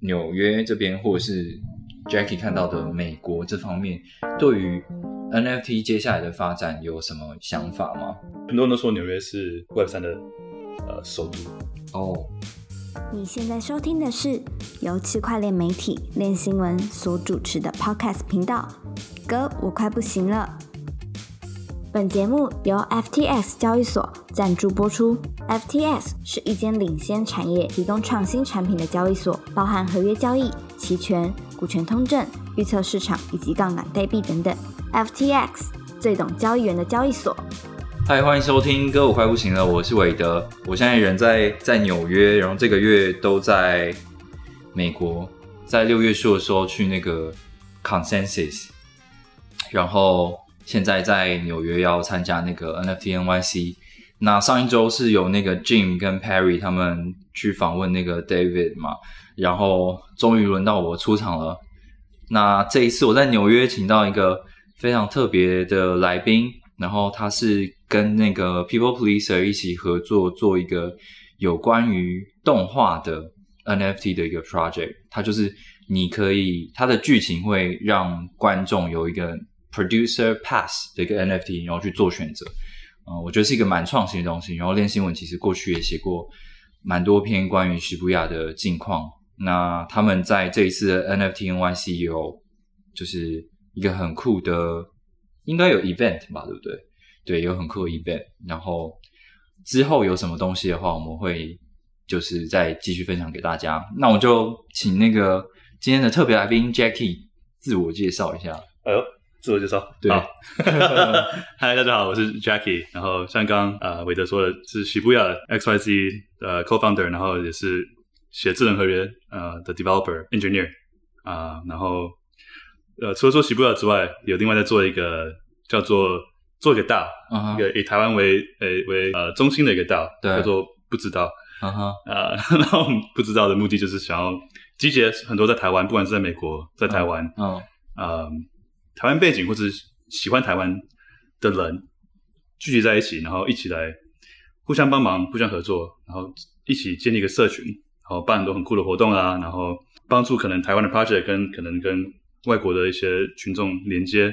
纽约这边，或者是 Jackie 看到的美国这方面，对于 NFT 接下来的发展有什么想法吗？ 很多人都说纽约是 Web3 的首都。 哦， 你现在收听的是由区块链媒体链新闻所主持的 Podcast 频道。哥，我快不行了。本节目由 FTX 交易所赞助播出。FTX 是一间领先产业提供创新产品的交易所，包含合约交易、期权、股权通证、预测市场以及杠杆代币等等。FTX 最懂交易员的交易所。 嗨，欢迎收听哥，我快不行了，我是韦德。我现在人在纽约，然后这个月都在美国，在6月初的时候去那个 Consensus， 然后现在在纽约要参加那个 NFT NYC。那上一周是有那个 Jim 跟 Perry 他们去访问那个 David 嘛，然后终于轮到我出场了。那这一次我在纽约请到一个非常特别的来宾，然后他是跟那个 People Pleaser 一起合作做一个有关于动画的 NFT 的一个 project。它就是你可以，它的剧情会让观众有一个 producer pass 的一个 NFT， 然后去做选择。我觉得是一个蛮创新的东西。然后链新闻其实过去也写过蛮多篇关于澀谷的近况。那他们在这一次的 NFT NYC 有就是一个很酷的，应该有 event 吧，对不对？对，有很酷的 event。然后之后有什么东西的话，我们会就是再继续分享给大家。那我就请那个今天的特别来宾 Jackie 自我介绍一下。 哎呦，自我介绍， 对， 好，嗨，大家好，我是 Jackie。然后像刚韦德说的，是Shibuya XYZ co-founder， 然后也是写智能合约的 developer engineer 然后除了做Shibuya之外，有另外在做一个叫做做一个DAO，一个以台湾为中心的一个DAO，叫做不知道。然后我们不知道的目的就是想要集结很多在台湾，不管是在美国，在台湾，台湾背景或者喜欢台湾的人聚集在一起，然后一起来互相帮忙、互相合作，然后一起建立一个社群，然后办很多很酷的活动啊，然后帮助可能台湾的 project 可能跟外国的一些群众连接，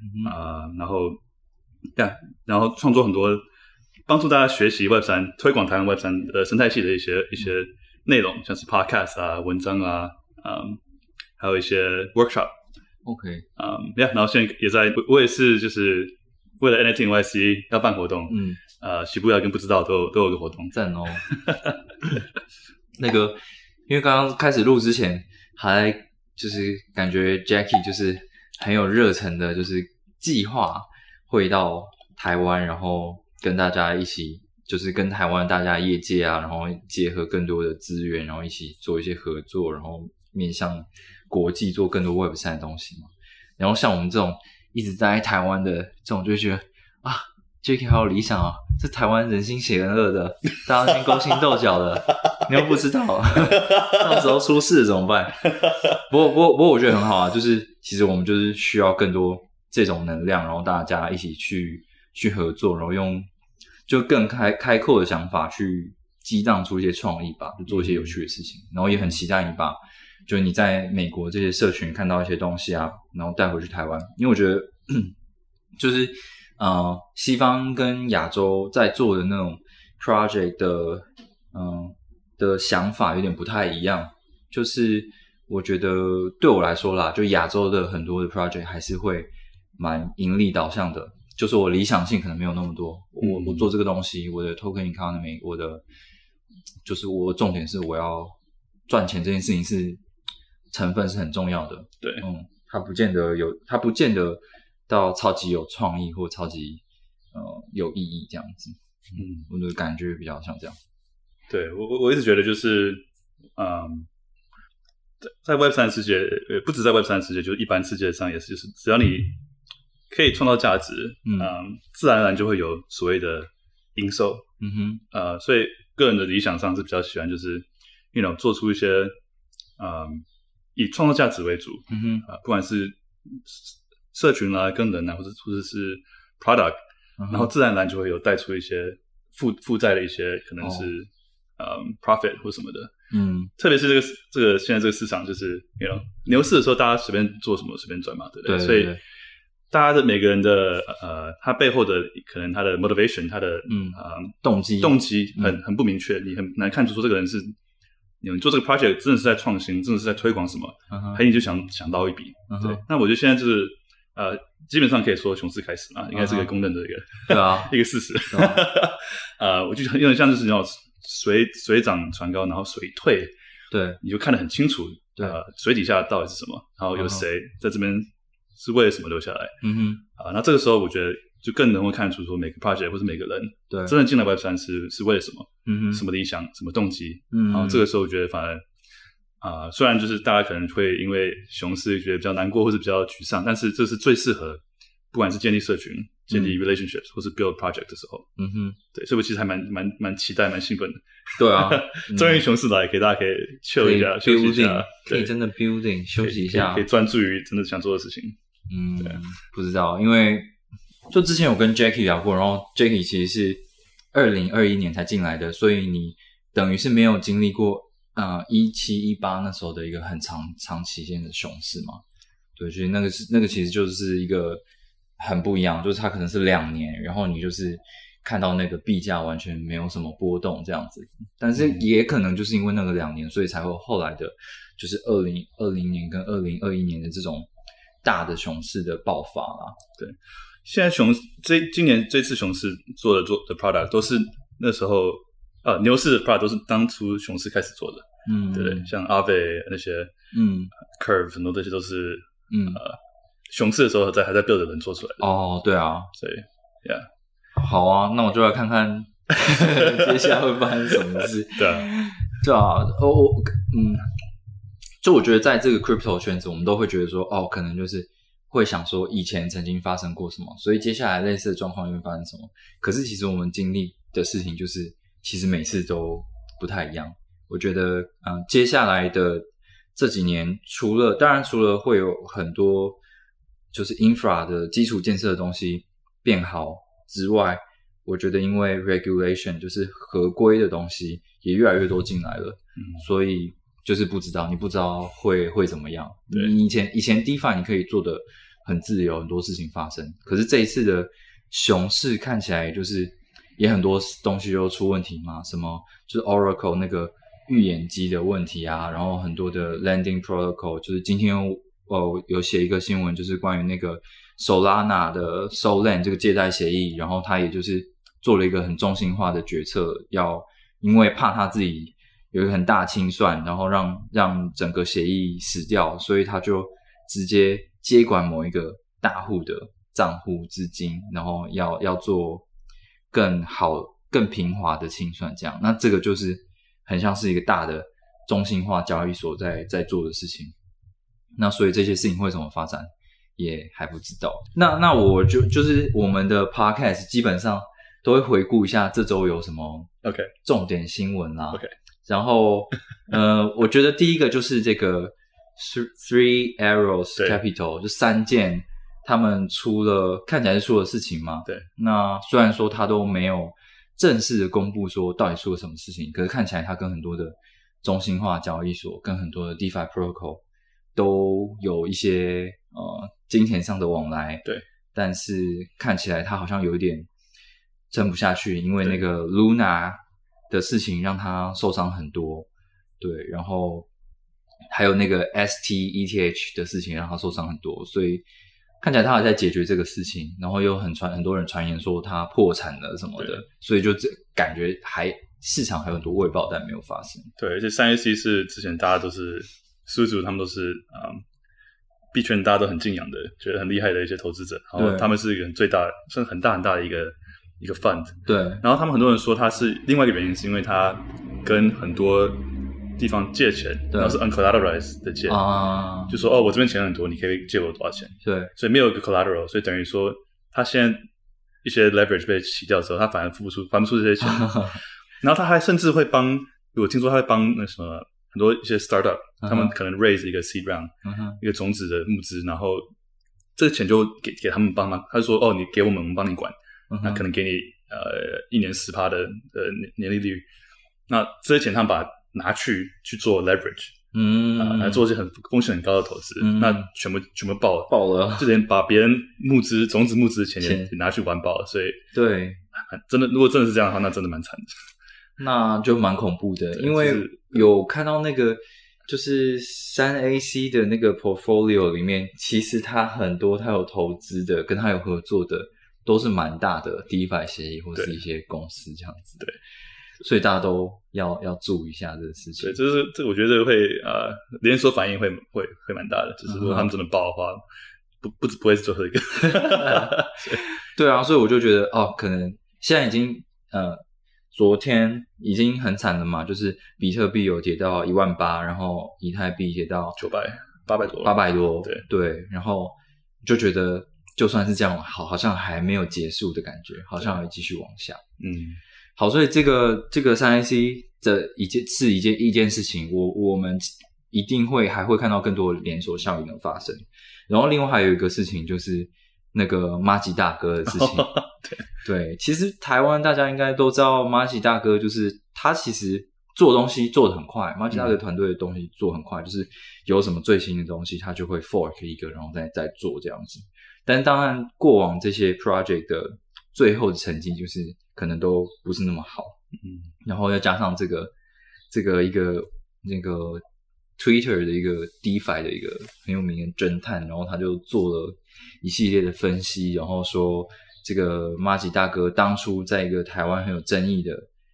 然后创作很多帮助大家学习 Web3， 推广台湾 Web3 的生态系的一些内容，像是 podcast 啊、文章啊，还有一些 workshop。OK， 然后现在也我也是就是为了 NFT NYC 要办活动，Shibuya跟不知道都有个活动， 赞哦。那个，因为刚刚开始录之前，还就是感觉 Jackie 就是很有热忱的，就是计划会到台湾，然后跟大家一起，就是跟台湾大家业界啊，然后结合更多的资源，然后一起做一些合作，然后面向国际做更多 Web3 的东西嘛。然后像我们这种一直在台湾的这种，就会觉得啊 ，Jackie 好有理想啊，这台湾人心险恶的，大家那边勾心斗角的，你又不知道，到时候出事怎么办？不过我觉得很好啊，就是其实我们就是需要更多这种能量，然后大家一起去合作，然后用就更开阔的想法去激荡出一些创意吧，就做一些有趣的事情。然后也很期待你把就是你在美国这些社群看到一些东西啊，然后带回去台湾，因为我觉得就是西方跟亚洲在做的那种 project 的想法有点不太一样。就是我觉得对我来说啦，就亚洲的很多的 project 还是会蛮盈利导向的，就是我理想性可能没有那么多。我做这个东西，我的 token economy， 就是我重点是我要赚钱这件事情是成分是很重要的。 对， 它不见得到超级有创意或超级有意义这样子。我的感觉比较像这样。 对，我一直觉得就是在 Web3 世界，不止在 Web3 世界，就是一般世界上也是，就是只要你可以创造价值，自然而然就会有所谓的营收。所以个人的理想上是比较喜欢就是做出一些以创造价值为主，不管是社群啊、跟人啊，或者是 product，然后自然而然就会有带出一些负债的一些可能是profit 或什么的。 特别是这个现在这个市场，就是牛市的时候，大家随便做什么随便赚嘛，对不对？所以大家的每个人的他背后的可能他的 motivation， 他的动机很不明确，你很难看出说这个人是你做这个 project 真的是在创新，真的是在推广什么，还你就想到一笔。对，那我觉得现在就是基本上可以说熊市开始嘛，应该是个公认的一个对啊一个事实。我就有点像就是那种水涨船高，然后水退， 对， 你就看得很清楚，水底下到底是什么，然后有谁在这边是为了什么留下来。那这个时候我觉得就更能够看出说每个 project 或是每个人对真的进来 Web3 是为了什么，什么理想，什么动机。然后这个时候我觉得反而虽然就是大家可能会因为熊市觉得比较难过或是比较沮丧，但是这是最适合不管是建立社群、建立 relationships 或是 build project 的时候。对，所以我其实还蛮期待、蛮兴奋的。 对啊， 终于熊市来，大家可以 chill 一下，休息一下， 可以真的 building 休息一下， 可以专注于真的想做的事情。对， 不知道，因为就之前有跟 Jackie 聊过，然后 Jackie 其实是2021年才进来的，所以你等于是没有经历过17、18那时候的一个很长期间的熊市嘛。对，所以那个其实就是一个很不一样，就是它可能是2年，然后你就是看到那个币价完全没有什么波动这样子，但是也可能就是因为那个2年，所以才会后来的就是2020年跟2021年的这种大的熊市的爆发啦。 对，现在今年这次熊市做的 product 都是那时候牛市的 product 都是当初熊市开始做的。对不对？像 Aave 那些Curve 很多这些都是熊市的时候还在 build 的人做出来的。 哦，对啊， 所以 yeah， 好啊，那我就来看看接下来会发生什么事。 对啊， 就我觉得在这个 crypto 圈子，我们都会觉得说，可能就是会想说以前曾经发生过什么，所以接下来类似的状况会发生什么。可是其实我们经历的事情就是其实每次都不太一样。我觉得接下来的这几年当然除了会有很多就是 infra 的基础建设的东西变好之外，我觉得因为 regulation 就是合规的东西也越来越多进来了，所以就是你不知道会怎么样。你以前 DeFi 你可以做的很自由，很多事情发生，可是这一次的熊市看起来就是也很多东西都出问题嘛，什么就是 Oracle 那个预言机的问题啊，然后很多的 Lending Protocol， 就是今天有写一个新闻，就是关于那个 Solana 的 Solan 这个借贷协议，然后他也就是做了一个很中心化的决策，因为怕他自己有一个很大清算，然后让整个协议死掉，所以他就直接接管某一个大户的账户资金，然后要做更好更平滑的清算，这样。那这个就是很像是一个大的中心化交易所在做的事情。那所以这些事情会怎么发展也还不知道。那我就是我们的 podcast 基本上都会回顾一下这周有什么重点新闻啦。然后我觉得第一个就是这个 Three Arrows Capital 就3件他们看起来是出了事情嘛。对。那虽然说他都没有正式的公布说到底出了什么事情，可是看起来他跟很多的中心化交易所跟很多的 DeFi Protocol 都有一些金钱上的往来。对。但是看起来他好像有一点撑不下去，因为那个 Luna 的事情让他受伤很多。对。然后还有那个 STETH 的事情让他受伤很多，所以看起来他还在解决这个事情，然后又很多人传言说他破产了什么的，所以就感觉市场还有很多未爆弹没有发生。对， 而且3AC 是之前大家都是苏主，他们都是币圈大家都很敬仰的，觉得很厉害的一些投资者，然后他们是一个最大算很大的一个 fund。对，然后他们很多人说他是另外一个原因，是因为他跟很多地方借钱，然后是 uncollateralized 的借，就说我这边钱很多，你可以借我多少钱？对，所以没有一个 collateral， 所以等于说他现在一些 leverage 被洗掉之后，他反而还不出这些钱。然后他还甚至会我听说他会帮那什么很多一些 startup，他们可能 raise 一个 seed round，一个种子的募资，然后这个钱就给他们帮忙。他就说你给我们帮你管，那可能给你1年10%的年利率。那这些钱他们把拿去做 leverage， 来做一些风险很高的投资，那全部爆了，就连把别人种子募资的钱也拿去玩爆了，所以对， 真的如果真的是这样的话，那真的蛮惨的， 那就蛮恐怖的，因为有看到那个就是3AC 的那个 portfolio 里面，其实他有投资的，跟他有合作的，都是蛮大的 DeFi 协议或是一些公司这样子。 对， 所以大家都要注意一下这个事情。 对，这我觉得会连锁反应会蛮大的，就是如果他们真的爆的话，不会是最后一个。 对啊，所以我就觉得可能现在已经昨天已经很惨了嘛，就是比特币有跌到18000，然后以太币跌到800多，对，然后就觉得就算是这样，好像还没有结束的感觉，好像会继续往下。好，所以这个 3AC 的一件事情，我们一定还会看到更多连锁效应的发生。然后另外还有一个事情就是那个麻吉大哥的事情。对，其实台湾大家应该都知道，麻吉大哥就是他其实做东西做得很快，麻吉大哥团队的东西做很快，就是有什么最新的东西，他就会 fork 一个，然后再做这样子。但当然，过往这些 project 的最后的成绩就是可能都不是那么好。然后要加上这个一个那个 Twitter 的一个 DeFi 的一个很有名的侦探，然后他就做了一系列的分析，然后说这个麻吉大哥当初在一个台湾很有争议的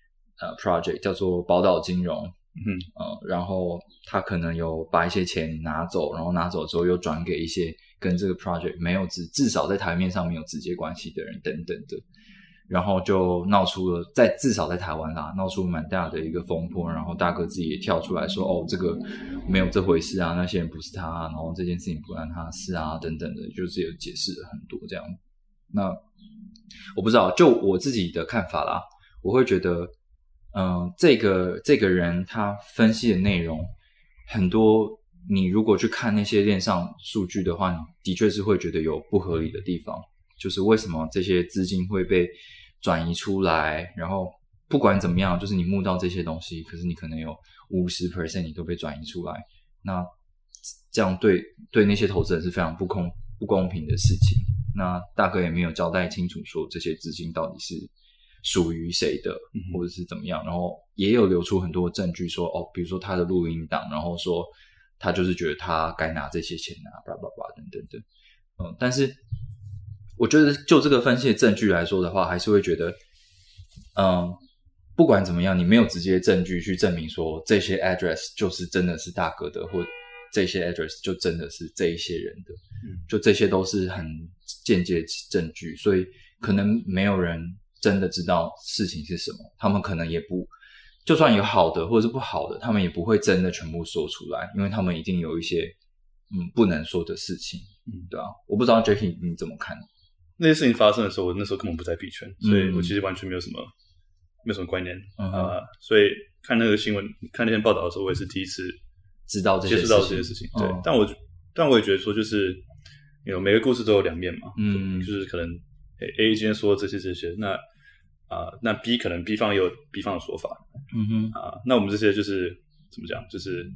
project 叫做宝岛金融，然后他可能有把一些钱拿走，然后拿走之后又转给一些跟这个 project 没有至少在台面上没有直接关系的人等等的，然后就闹出了至少在台湾啦，闹出蛮大的一个风波，然后大哥自己也跳出来说这个没有这回事啊，那些人不是他然后这件事情不关他事啊等等的，就是有解释了很多这样。那我不知道，就我自己的看法啦，我会觉得这个人他分析的内容很多，你如果去看那些链上数据的话，你的确是会觉得有不合理的地方，就是为什么这些资金会被转移出来，然后不管怎么样，就是你募到这些东西，可是你可能有 50% 你都被转移出来，那这样对那些投资人是非常不公平的事情。那大哥也没有交代清楚说这些资金到底是属于谁的，或者是怎么样，然后也有流出很多证据说比如说他的录音档，然后说他就是觉得他该拿这些钱啊blah blah blah等等的。但是我觉得就这个分析的证据来说的话，还是会觉得不管怎么样，你没有直接证据去证明说这些 address 就是真的是大哥的，或这些 address 就真的是这一些人的，就这些都是很间接证据，所以可能没有人真的知道事情是什么，他们可能也不，就算有好的或者是不好的，他们也不会真的全部说出来，因为他们一定有一些不能说的事情，对啊，我不知道 Jackie 你怎么看？ 那些事情发生的时候，我那时候根本不在币圈，所以我其实完全没有什么观念，所以看那个新闻，看那篇报道的时候，我也是第一次知道这些接触到这些事情，对，但我也觉得说，就是每个故事都有两面嘛，就是可能 A 今天说这些，那 B 可能 B 方也有 B 方的说法，那我们这些就是怎么讲，就是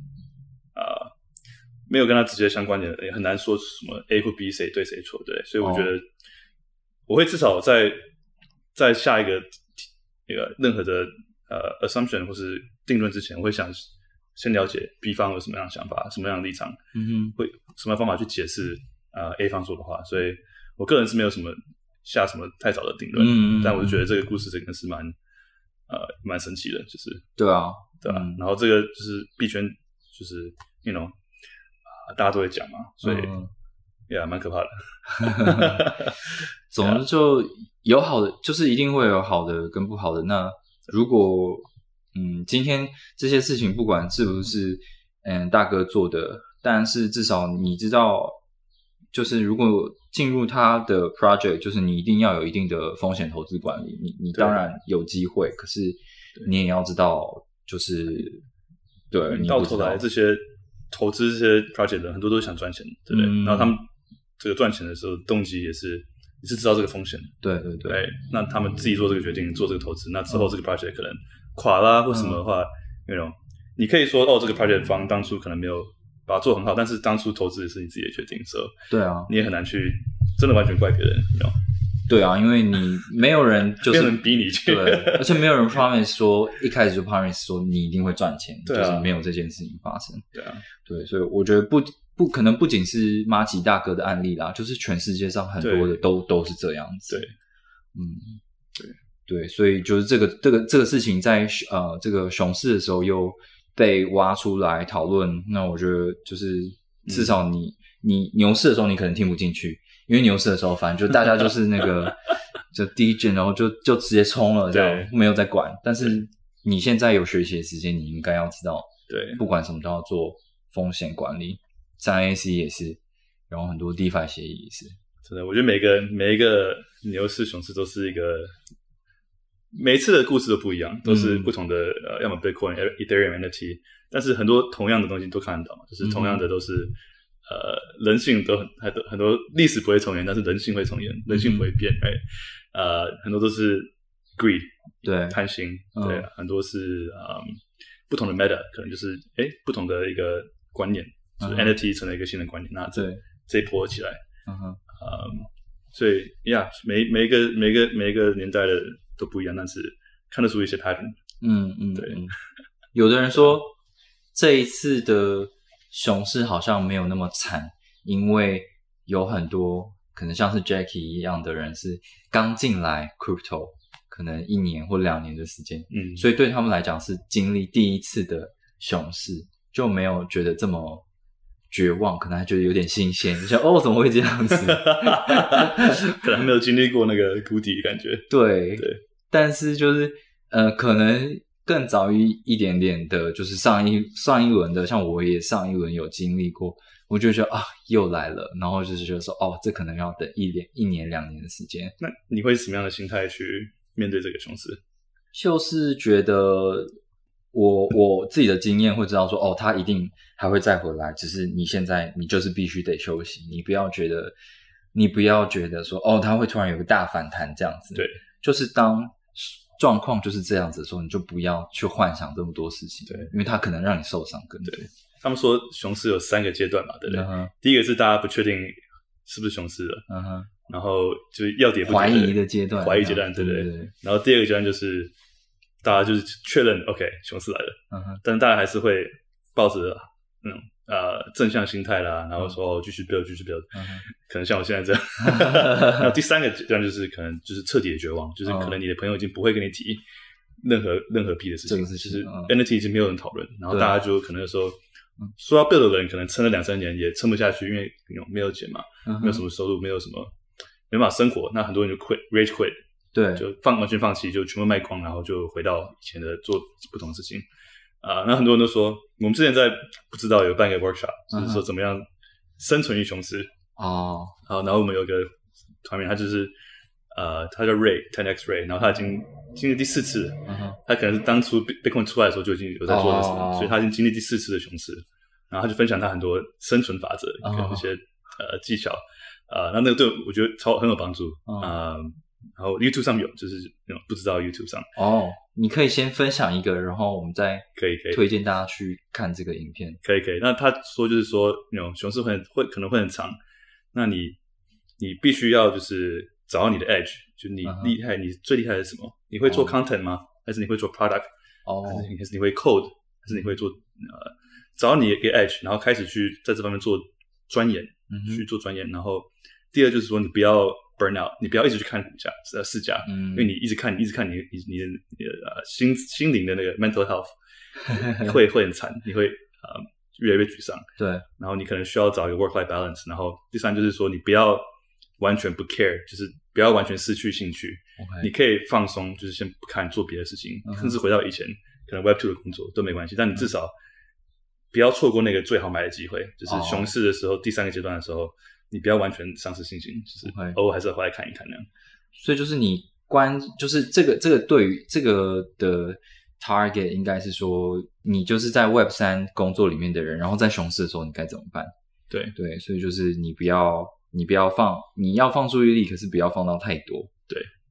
没有跟他直接相关的，也很难说什么 A 或 B 谁对谁错，对，所以我觉得我会至少在下一个任何的assumption 或是定论之前，我会想先了解 B 方有什么样的想法，什么样的立场，会什么方法去解释A 方说的话，所以我个人是没有下什么太早的定论，但我就觉得这个故事真的是蛮神奇的，就是对啊，然后这个就是币圈就是大家都会讲嘛，所以也蛮可怕的。 总之就有好的，就是一定会有好的跟不好的。那如果今天这些事情不管是不是大哥做的，但是至少你知道，就是如果进入他的 project， 就是你一定要有一定的风险投资管理。你当然有机会，可是你也要知道，就是对你到头来这些投资这些 project 的很多都是想赚钱，对不对？然后他们这个赚钱的时候动机也是知道这个风险，对，那他们自己做这个决定，做这个投资，那之后这个 project 可能垮啦或什么的话， 你可以说这个 project 方当初可能没有把它做很好，但是当初投资也是你自己的决定，所以对啊， 你也很难去真的完全怪别人，你知道。 对啊，因为你没有人就是没有人逼你去， 对，而且没有人 promise 说一开始就 promise 说你一定会赚钱， 对啊， 就是没有这件事情发生。 对啊， 对，所以我觉得不可能不仅是马吉大哥的案例啦，就是全世界上很多的都是这样子。 对， 对，所以就是这个事情在这个熊市的时候又被挖出来讨论，那我觉得就是至少你牛市的时候你可能听不进去。因为牛市的时候，反正就大家就是那个就第一卷，然后就直接冲了，这样没有在管。但是你现在有学习的时间，你应该要知道， 对， 不管什么都要做风险管理，像 AC 也是，然后很多 DeFi 协议也是。 真的，我觉得每一个牛市、熊市都是一个每一次的故事都不一样，都是不同的要么 Bitcoin、Ethereum、NFT， 但是很多同样的东西都看得到嘛，就是同样的都是。人性都很多历史不会重演，但是人性会重演，人性不会变，很多都是 greed， 对，贪心，对，很多是不同的 meta， 可能就是不同的一个观念，就是 NFT 成了一个新的观念，那这一波起来，所以每一个年代的都不一样，但是看得出一些 pattern， 对， 有的人说这一次的熊市好像没有那么惨，因为有很多可能像是 Jackie 一样的人是刚进来 crypto 可能1年或2年的时间，所以对他们来讲是经历第一次的熊市，就没有觉得这么绝望，可能还觉得有点新鲜，就想怎么会这样子可能还没有经历过那个谷底的感觉。 对，但是就是可能更早一点点的，就是上一轮的，像我也上一轮有经历过，我就觉得又来了，然后就是觉得说这可能要等1年2年的时间。 那你会什么样的心态去面对这个熊市？ 就是觉得我自己的经验会知道说他一定还会再回来，只是你现在你就是必须得休息，你不要觉得说他会突然有个大反弹这样子。 对， 就是当状况就是这样子的时候，你就不要去幻想这么多事情， 对， 因为它可能让你受伤更多。 对，他们说熊市有3个阶段嘛，对不对？第一个是大家不确定是不是熊市了，然后就要跌不跌， 怀疑的阶段， 对不对？然后第二个阶段就是大家就是确认 OK 熊市来了，但是大家还是会抱着那种正向心态啦，然后说继续 build，可能像我现在这样。然后第3个阶段就是可能就是彻底的绝望，就是可能你的朋友已经不会跟你提任何屁的事情，就是 NFT 已经没有人讨论，然后大家就可能说要 build 的人可能撑了2-3年也撑不下去，因为没有钱嘛，没有什么收入，没办法生活，那很多人就 rage quit， 对， 就完全放弃，就全部卖光，然后就回到以前的做不同的事情。那很多人都说，我们之前在不知道有办个 workshop， 就是说怎么样生存于熊市。好，然后我们有个团员，他就是他叫 Ray，10X Ray， 然后他已经经历第4次，他可能是当初 Bitcoin 出来的时候就已经有在做的事，所以他已经经历第4次的熊市，然后他就分享他很多生存法则跟一些技巧，那个对我觉得很有帮助，然后 YouTube 上有，就是那种不知道 YouTube 上你可以先分享一个，然后我们再可以推荐大家去看这个影片。 可以。那他说就是说，熊市可能会很长，那你必须要就是找到你的 edge， 就你厉害，你最厉害的是什么？你会做 content 吗？还是你会做 product？还是你会 code？还是你会做找到你的 edge， 然后开始去在这方面做钻研，去做钻研。然后第二就是说，你不要 burn out， 你不要一直去看股价市价，因为你一直看你的心灵的那个 mental health 会很惨，你会越来越沮丧。对，然后你可能需要找一个 work-life balance。然后第3就是说，你不要完全不 care， 就是不要完全失去兴趣。你可以放松，就是先不看，做别的事情，甚至回到以前可能 Web2 的工作都没关系，但你至少不要错过那个最好买的机会，就是熊市的时候，第3个阶段的时候。你不要完全丧失信心，就是偶尔还是要回来看一看那样。所以就是就是这个对于这个的 target 应该是说，你就是在 Web3 工作里面的人，然后在熊市的时候你该怎么办？对，所以就是你要放注意力，可是不要放到太多。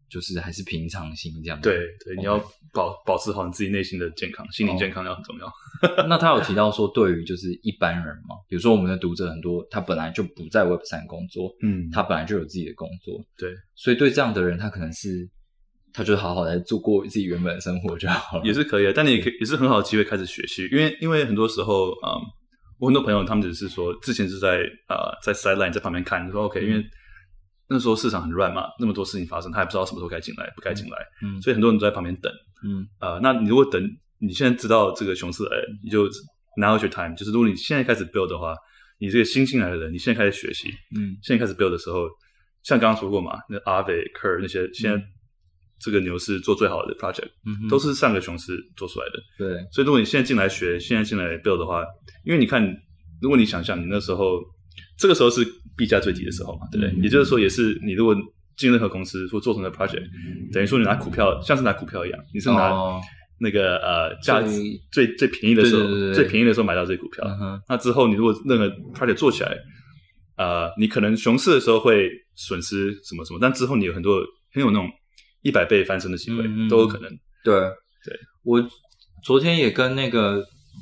就是还是平常心这样子。 对对，你要保持好你自己内心的健康，心灵健康要很重要。 那他有提到说，对于就是一般人嘛，比如说我们的读者很多，他本来就不在 Web3 工作，他本来就有自己的工作， 对， 所以对这样的人，他可能是他就好好的过自己原本的生活就好了， 也是可以的。但你也是很好的机会开始学习，因为很多时候，我很多朋友他们只是说之前是在sideline 在旁边看，说 OK，因为那时候市场很乱嘛，那么多事情发生，他还不知道什么时候该进来，不该进来，所以很多人都在旁边等，那你如果等，你现在知道这个熊市来了，你就 now is your time， 就是如果你现在开始 build 的话，你这个新进来的人，你现在开始学习，现在开始 build 的时候，像刚刚说过嘛，那 Aave、Kerr 那些现在这个牛市做最好的 project，都是上个熊市做出来的， 对， 所以如果你现在进来学，现在进来 build 的话，因为你看，如果你想象你那时候。这个时候是币价最低的时候嘛，对不对？也就是说，也是你如果进任何公司或做成的 project，等于说你拿股票，像是拿股票一样，你是拿那个价值最便宜的时候，最便宜的时候买到这股票。那之后你如果任何 project 做起来，你可能熊市的时候会损失什么什么，但之后你有很有那种100倍翻身的机会，都有可能。 对，我昨天也跟那个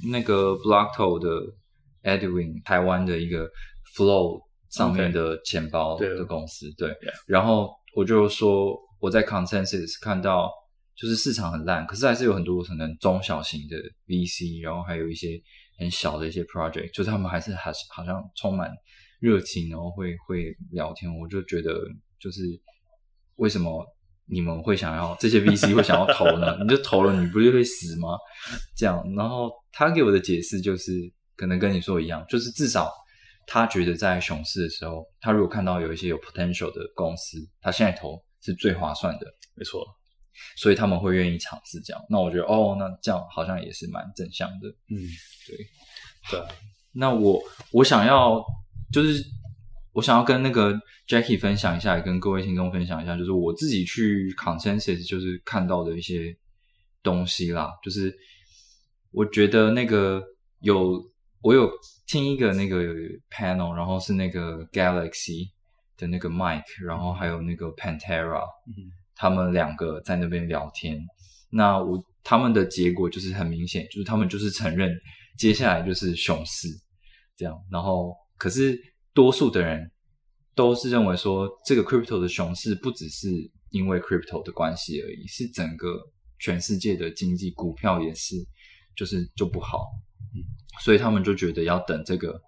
Blockto 的 Edwin 台湾的一个 Flow 上面的钱包的公司，对，然后我就说我在 Consensus 看到就是市场很烂，可是还是有很多可能中小型的 VC， 然后还有一些很小的一些 project， 就是他们还是好像充满热情，然后会聊天，我就觉得就是为什么你们会想要这些 VC 会想要投呢？你就投了，你不是会死吗？这样，然后他给我的解释就是可能跟你说一样，就是至少他觉得在熊市的时候，他如果看到有一些有 potential 的公司，他现在投是最划算的， 没错， 所以他们会愿意尝试这样。那我觉得那这样好像也是蛮正向的。对。那我想要跟那个 Jackie 分享一下，也跟各位听众分享一下，就是我自己去 Consensus 就是看到的一些东西啦，就是我觉得那个我有听一个那个 panel， 然后是那个 Galaxy 的那个 Mike， 然后还有那个 Pantera，他们两个在那边聊天。那他们的结果就是很明显，就是他们就是承认接下来就是熊市这样。然后可是多数的人都是认为说，这个 crypto 的熊市不只是因为 crypto 的关系而已，是整个全世界的经济，股票也是就不好。所以他们就觉得要等这个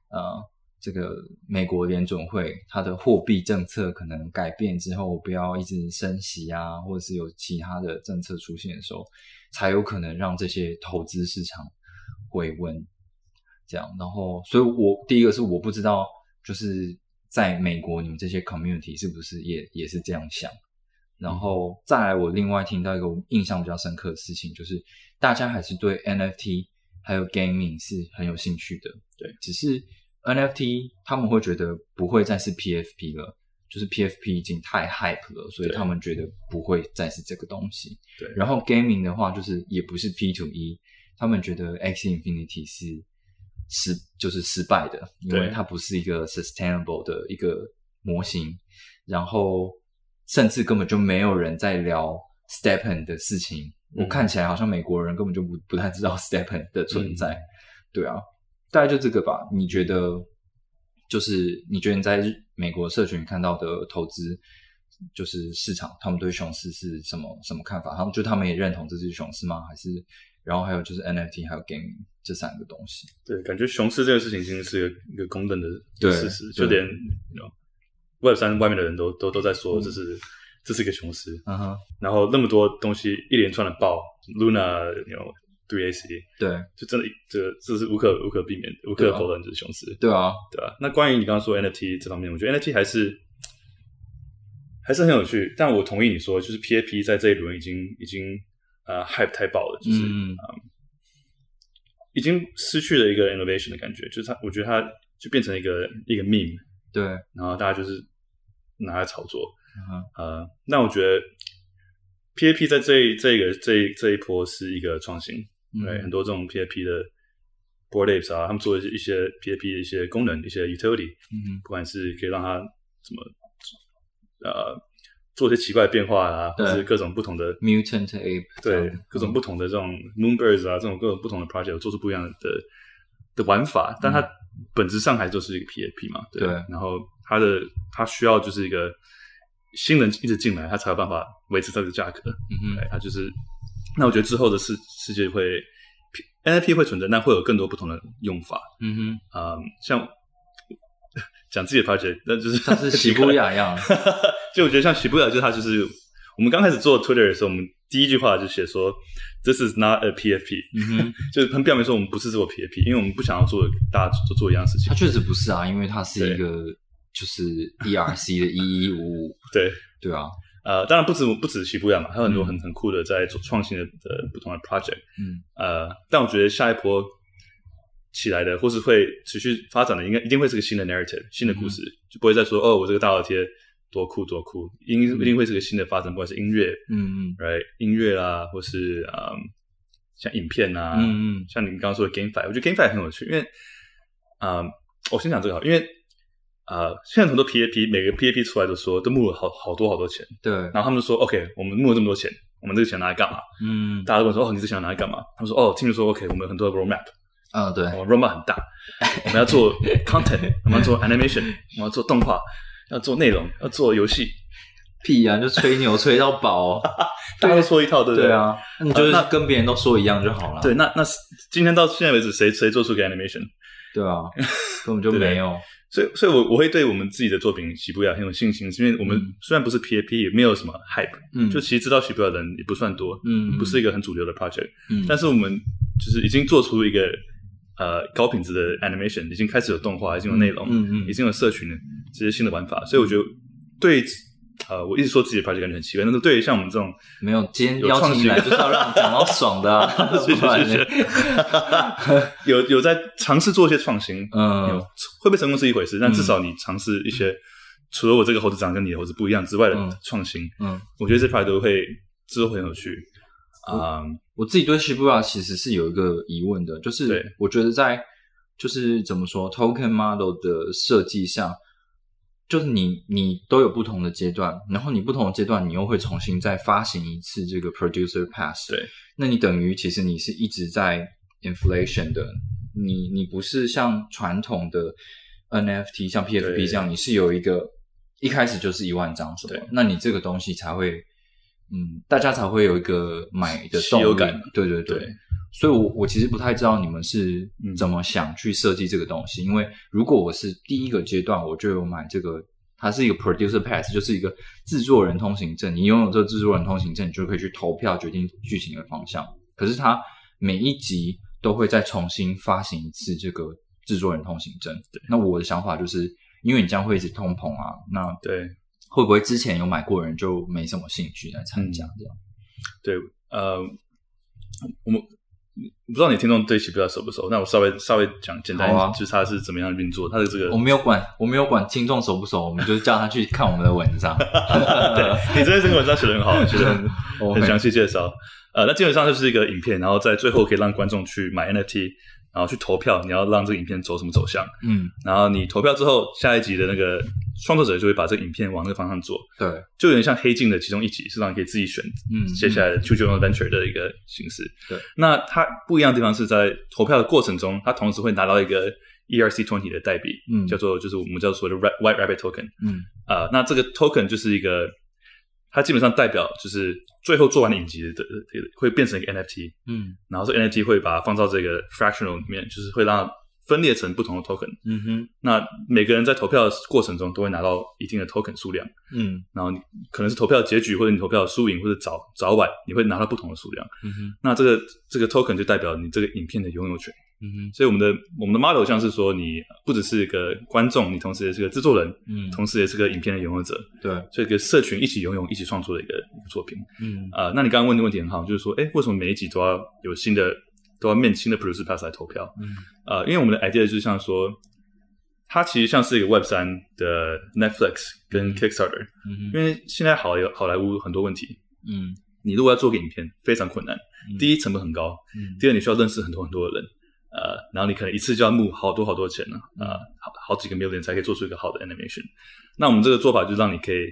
美国联准会它的货币政策可能改变之后，不要一直升息啊，或者是有其他的政策出现的时候，才有可能让这些投资市场回温。这样，然后所以第一个是我不知道，就是在美国你们这些 community 是不是也是这样想。然后再来，我另外听到一个印象比较深刻的事情，就是大家还是对 NFT 还有 gaming 是很有兴趣的。 对， 只是 NFT 他们会觉得不会再是 PFP 了，就是 PFP 已经太 hype 了，所以他们觉得不会再是这个东西。 对， 然后 gaming 的话，就是也不是 P2E， 他们觉得 Axie Infinity 就是失败的，因为它不是一个 sustainable 的一个模型，然后甚至根本就没有人在聊 Stepen 的事情。我看起来好像美国人根本就不太知道 Stepen 的存在。对啊，大概就这个吧。你觉得你在美国社群看到的投资就是市场，他们对熊市是什么看法？他们也认同这是熊市吗？还是然后还有就是 NFT 还有 gaming 这三个东西？对， 感觉熊市这个事情已经是一个公认的事实，就连Web3 外面的人都在说这是一个熊市。然后那么多东西一连串的爆 ，Luna，3AC， 对，就真的这是无可避免、无可否认的熊市。对啊。那关于你刚刚说 NFT 这方面，我觉得 NFT 还是很有趣，但我同意你说，就是 PFP 在这一轮已经hype 太爆了，就是已经失去了一个 innovation 的感觉，就是我觉得它就变成一个 meme， 对，然后大家就是拿来炒作。那我觉得 PFP 在这一波是一个创新，对，很多这种 PFP 的 Bored Apes 啊，他们做一些 PFP 的一些功能、一些 utility，不管是可以让它怎么做一些奇怪的变化啊，或是各种不同的 mutant ape， 对，各种不同的这种 Moonbirds 啊，这种各种不同的 project 做出不一样的玩法，但它本质上还就是一个 PFP 嘛，对。然后它需要就是一个新人一直进来，它才有办法维持这个价格。对，它就是。那我觉得之后的世界会 NFT 会存在，但会有更多不同的用法。像讲自己的 project， 那就是像是喜布亚一样。 就我觉得像喜布亚，就是它就是我们刚开始做 Twitter 的时候，我们第一句话就写说 This is not a PFP，就是很表明说我们不是做 PFP， 因为我们不想要大家都做一样的事情。 它确实不是啊，因为它是一个就是 ERC 的1155。对啊。 当然不止喜布亚嘛，还有很多很酷的在做创新的不同的 project。但我觉得下一波起来的或是会持续发展的，一定会是个新的 narrative， 新的故事，就不会再说我这个大头贴多酷，一定会是个新的发展，不管是音乐，right 音乐啦，或是像影片啊，像你刚刚说的 GameFi， 我觉得 GameFi 很有趣，因为我先讲这个好，因为现在很多 PFP， 每个 PFP 出来都说都募了好多钱，对，然后他们就说 OK， 我们募了这么多钱，我们这个钱拿来干嘛？大家都问说你这钱拿来干嘛？他们说听说 OK， 我们有很多的 roadmap， 对， 我们 roadmap 很大，我们要做 content， 我们要做 animation， 我们要做动画，要做内容，要做游戏。 屁啊，就吹牛吹到饱， 大家都说一套，对不对？ 对啊，你就是跟别人都说一样就好了。 对，那今天到现在为止，谁做出个 animation？ 对啊，根本就没有。 所以我会对我们自己的作品喜布亚很有信心，是因为我们虽然不是 PFP， 也没有什么 hype，就其实知道喜布亚的人也不算多，不是一个很主流的 project，但是我们就是已经做出一个高品质的 animation， 已经开始有动画，已经有内容，已经有社群的这些新的玩法，所以我觉得对我一直说自己的 project 感觉很奇怪，但是对于像我们这种没有今天邀请你来就是要让你讲到爽的啊， 有在尝试做一些创新，会不会成功是一回事，但至少你尝试一些除了我这个猴子长跟你的猴子不一样之外的创新，我觉得这 project 都会之后会很有趣。 我自己对 Shibuya 其实是有一个疑问的，就是我觉得在就是怎么说 token model 的设计上，就是你都有不同的阶段，然后你不同的阶段你又会重新再发行一次这个 producer pass， 对，那你等于其实你是一直在 inflation 的，你不是像传统的 NFT 像 PFP 这样，你是有一个一开始就是1万张什么，那你这个东西才会大家才会有一个买的动力感，对，所以我其实不太知道你们是怎么想去设计这个东西，因为如果我是第一个阶段我就有买这个，它是一个 producer pass， 就是一个制作人通行证，你拥有这个制作人通行证，你就可以去投票决定剧情的方向，可是它每一集都会再重新发行一次这个制作人通行证，那我的想法就是因为你这样会一直通膨啊，那对会不会之前有买过的人就没什么兴趣来参加这样？ 对，我不知道你听众对喜布亚熟不熟，那我稍微讲简单，就是它是怎么样运作，它的这个我没有管听众熟不熟，我们就是叫他去看我们的文章。 对，你这个文章写得很好，写得很详细介绍。那基本上就是一个影片，然后在最后可以让观众去买 NFT， 然后去投票，你要让这个影片走什么走向。然后你投票之后，下一集的那个创作者就会把这个影片往那个方向做。对，就有点像黑镜的其中一集，是让你可以自己选接下来的 Choose Your Own Adventure 的一个形式。对，那它不一样的地方是在投票的过程中，它同时会拿到一个 ERC20 的代币，就是我们叫做所谓的 White Rabbit Token。那这个 token 就是一个，它基本上代表就是最后做完影集的会变成一个 NFT，然后这个 NFT 会把它放到这个 fractional 里面，就是会让它分裂成不同的 token。那每个人在投票的过程中都会拿到一定的 token 数量。然后你可能是投票的结局，或者你投票的输赢，或者早晚你会拿到不同的数量。那这个 token 就代表你这个影片的拥有权。所以我们的 model 像是说，你不只是一个观众，你同时也是个制作人，同时也是个影片的拥有者。对，所以一个社群一起拥有、一起创作的一个作品。那你刚刚问的问题很好，就是说，为什么每一集都要有新的 producer pass 来投票？因为我们的 idea 就是像说，它其实像是一个 Web3 的 Netflix 跟 Kickstarter。因为现在好莱坞很多问题。你如果要做个影片，非常困难。第一，成本很高；第二，你需要认识很多很多的人。然后你可能一次就要募好多钱了，好几个 million 才可以做出一个好的 animation。那我们这个做法就让你可以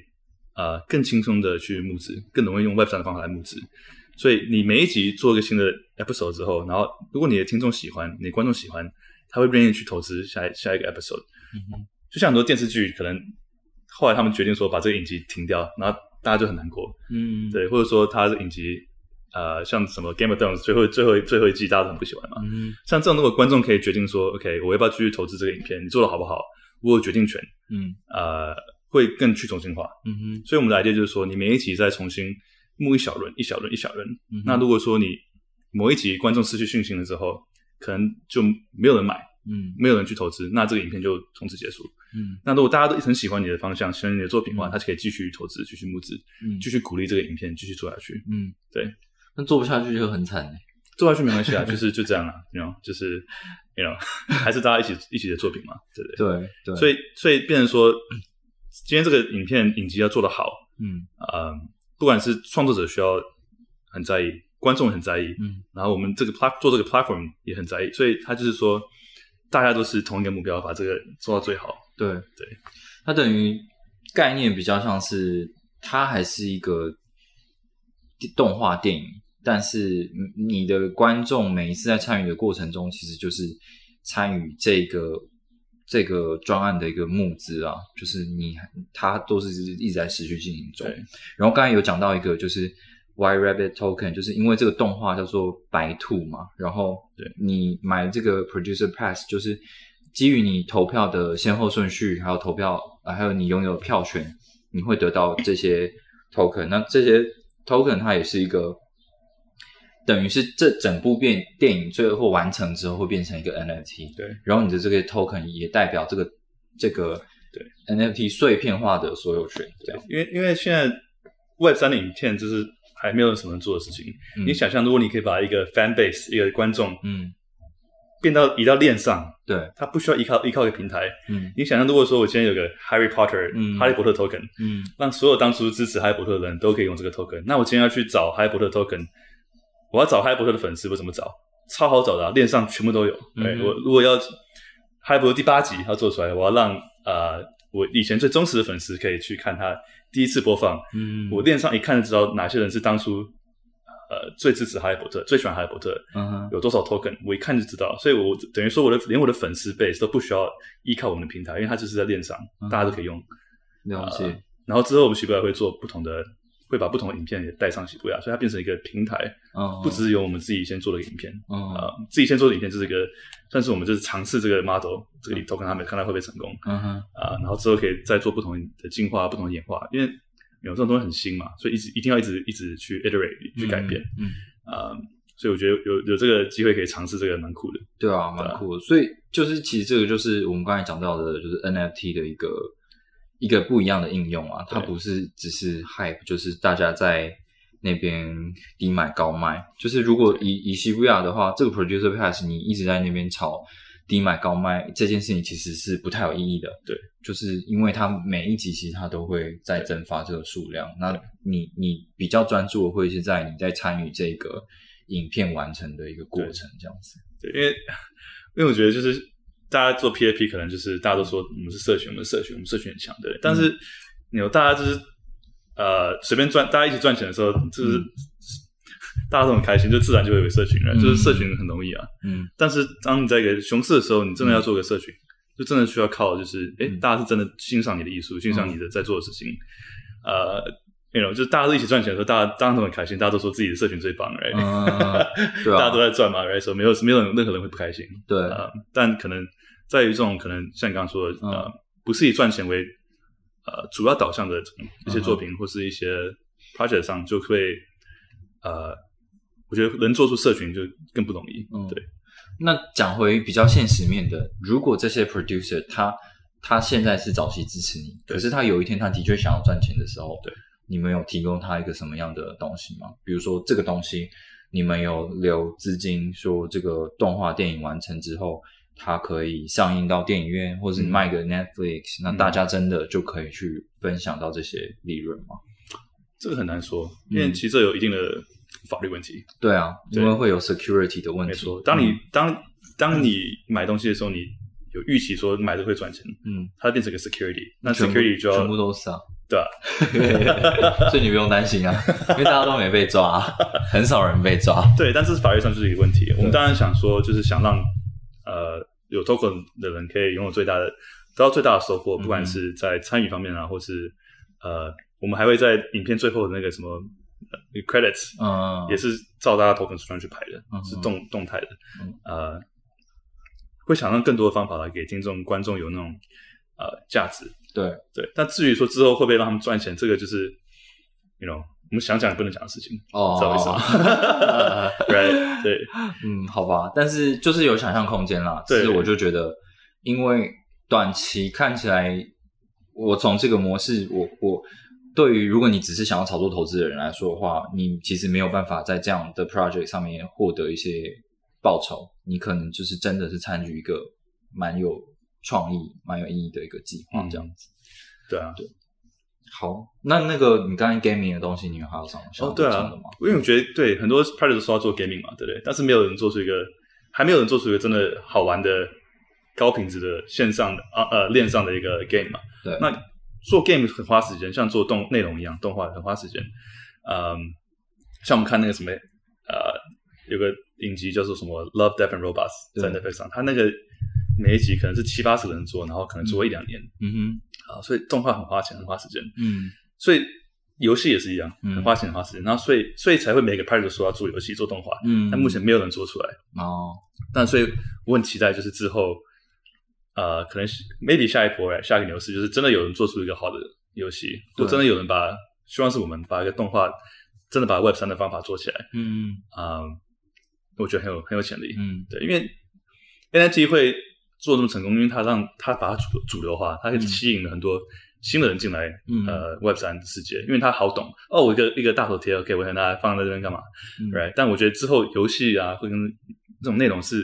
更轻松的去募资，更容易用 Web 3的方法来募资。所以你每一集做一个新的 episode 之后，然后如果你的听众喜欢，你的观众喜欢，他会愿意去投资下一个 episode。就像很多电视剧，可能后来他们决定说把这个影集停掉，然后大家就很难过。对，或者说他的影集像什么 Game of Thrones 最后一季大家都很不喜欢嘛。像这种如果观众可以决定说 OK 我要不要继续投资这个影片，你做的好不好，我有决定权。会更去中心化。所以我们的 idea 就是说，你每一集再重新募一小轮。那如果说你某一集观众失去信心了之后，可能就没有人买，没有人去投资，那这个影片就从此结束。那如果大家都很喜欢你的方向，喜欢你的作品的话，他就可以继续投资，继续募资，继续鼓励这个影片继续做下去。对。 那做不下去就很惨欸。 做下去没关系啊，就这样啊，就是还是大家一起的作品嘛，对不对？对。所以变成说，今天这个影集要做得好，不管是创作者需要很在意，观众很在意，然后我们做这个 platform 也很在意，所以他就是说，大家都是同一个目标，把这个做到最好。对， 它等于概念比较像是，它还是一个动画电影，但是你的观众每一次在参与的过程中，其实就是参与这个专案的一个募资啊，就是它都是一直在持续进行中。然后刚才有讲到一个就是 White Rabbit Token， 就是因为这个动画叫做白兔嘛，然后你买这个 Producer Pass， 就是基于你投票的先后顺序，还有投票还有你拥有的票权，你会得到这些 token。那这些 token 它也是一个等于是这整部电影最后完成之后会变成一个 NFT。对，然后你的这个 token 也代表这个对 NFT 碎片化的所有权。这样， 因为现在 Web 3的影片就是还没有什么人做的事情。你想象，如果你可以把一个 fan base 一个观众，移到链上，对，他不需要依靠一个平台。你想象，如果说我今天有个 Harry Potter，哈利波特 token，让所有当初支持哈利波特的人都可以用这个 token， 那我今天要去找哈利波特 token， 我要找哈利波特的粉丝，我怎么找？超好找的链上全部都有。我如果要哈利波特第8集要做出来，我要让我以前最忠实的粉丝可以去看他第一次播放。我链上一看就知道哪些人是当初最支持哈利波特，最喜欢哈利波特，有多少 token， 我一看就知道。所以我等于说连我的粉丝 base 都不需要依靠我们的平台，因为它就是在链上，大家都可以用。了解。然后之后我们喜布亚会做会把不同的影片也带上喜布亚，所以它变成一个平台，不只是由我们自己先做的影片。自己先做的影片就是一个算是我们就是尝试这个 model， 这个 token 他们看它会不会成功。然后之后可以再做不同的进化，不同的演化，因为这种东西很新嘛，所以一定要一直去 iterate 去改变。所以我觉得有这个机会可以尝试这个蛮酷的。 对啊，蛮酷的。所以就是其实这个就是我们刚才讲到的，就是 NFT 的一个不一样的应用啊，它不是只是 hype， 就是大家在那边低买高卖。就是如果以西布亚的话，这个 Producer Pass 你一直在那边炒低买高卖这件事情其实是不太有意义的。对，就是因为它每一集其实它都会在增发这个数量，那你比较专注的会是在你在参与这个影片完成的一个过程这样子。对，因为我觉得就是大家做 PAP 可能就是大家都说我们是社群很强，对。但是大家就是随便大家一起赚钱的时候，就是大家都很开心，就自然就会有社群了。就是社群很容易啊。但是当你在一个熊市的时候，你真的要做个社群，就真的需要靠就是大家是真的欣赏你的艺术，欣赏你的在做的事情。就是大家都一起赚钱的时候，大家当然都很开心，大家都说自己的社群最棒，right？对啊，大家都在赚嘛，right？ 所以没有任何人会不开心。对，但可能在于这种可能像你刚刚说的，不是以赚钱为主要导向的一些作品或是一些 project 上，就会我觉得能做出社群就更不容易。对。 那讲回比较现实面的，如果这些 producer 他现在是早期支持你，可是他有一天他的确想要赚钱的时候，对，你们有提供他一个什么样的东西吗？比如说这个东西你们有留资金，说这个动画电影完成之后它可以上映到电影院，或者你卖给 Netflix，那大家真的就可以去分享到这些利润吗？ 这个很难说，因为其实这有一定的法律问题。 对啊，因为会有 security 的问题。没错，当你买东西的时候，你有预期说买这会赚钱，它变成个 security， 那 security 就要全部都是啊。 对啊， 所以你不用担心啊，因为大家都没被抓，很少人被抓。 对，但是法律上就是一个问题。我们当然想说，就是想让有 token 的人可以拥有得到最大的收获，不管是在参与方面啊，或是我们还会在影片最后的那个什么credits，也是照大家 token 数量去排的，是动态的，会想让更多的方法来给听众观众有那种价值。对，但至于说之后会不会让他们赚钱，这个就是我们想讲也不能讲的事情，知道意思吗？Right， 对， 好吧，但是就是有想象空间啦。 对， 是我就觉得，因为短期看起来，我从这个模式，我对于如果你只是想要炒作投资的人来说的话，你其实没有办法在这样的 project 上面获得一些报酬，你可能就是真的是参与一个蛮有创意、蛮有意义的一个计划，这样子。 对啊，对。 好，那个你刚才 gaming 的东西，你有还有什么想补充的吗？ 因为我觉得对很多 project 都说要做 gaming 嘛，对不对？但是还没有人做出一个真的好玩的高品质的线上的链上的一个 game 嘛。 对， 那做 game 很花时间，像做内容一样，动画很花时间。像我们看那个什么有个影集叫做什么 Love, Death and Robots 在 Netflix 上，它那个每一集可能是7-8个人做，然后可能做1-2年。所以动画很花钱，很花时间。所以游戏也是一样，很花钱，很花时间。然后所以才会每个 project 说要做游戏、做动画。但目前没有人做出来。但所以我很期待，就是之后可能 maybe 下一个牛市，就是真的有人做出一个好的游戏，或真的有人希望是我们把一个动画真的把 Web3 的方法做起来。我觉得很有潜力。对，因为 NFT 会做这么成功，因为它把它主流化，它可以吸引了很多新的人进来Web3 的世界，因为它好懂。我一个大头贴 OK， 我想大家放在这边干嘛？Right？ 但我觉得之后游戏啊，会跟这种内容是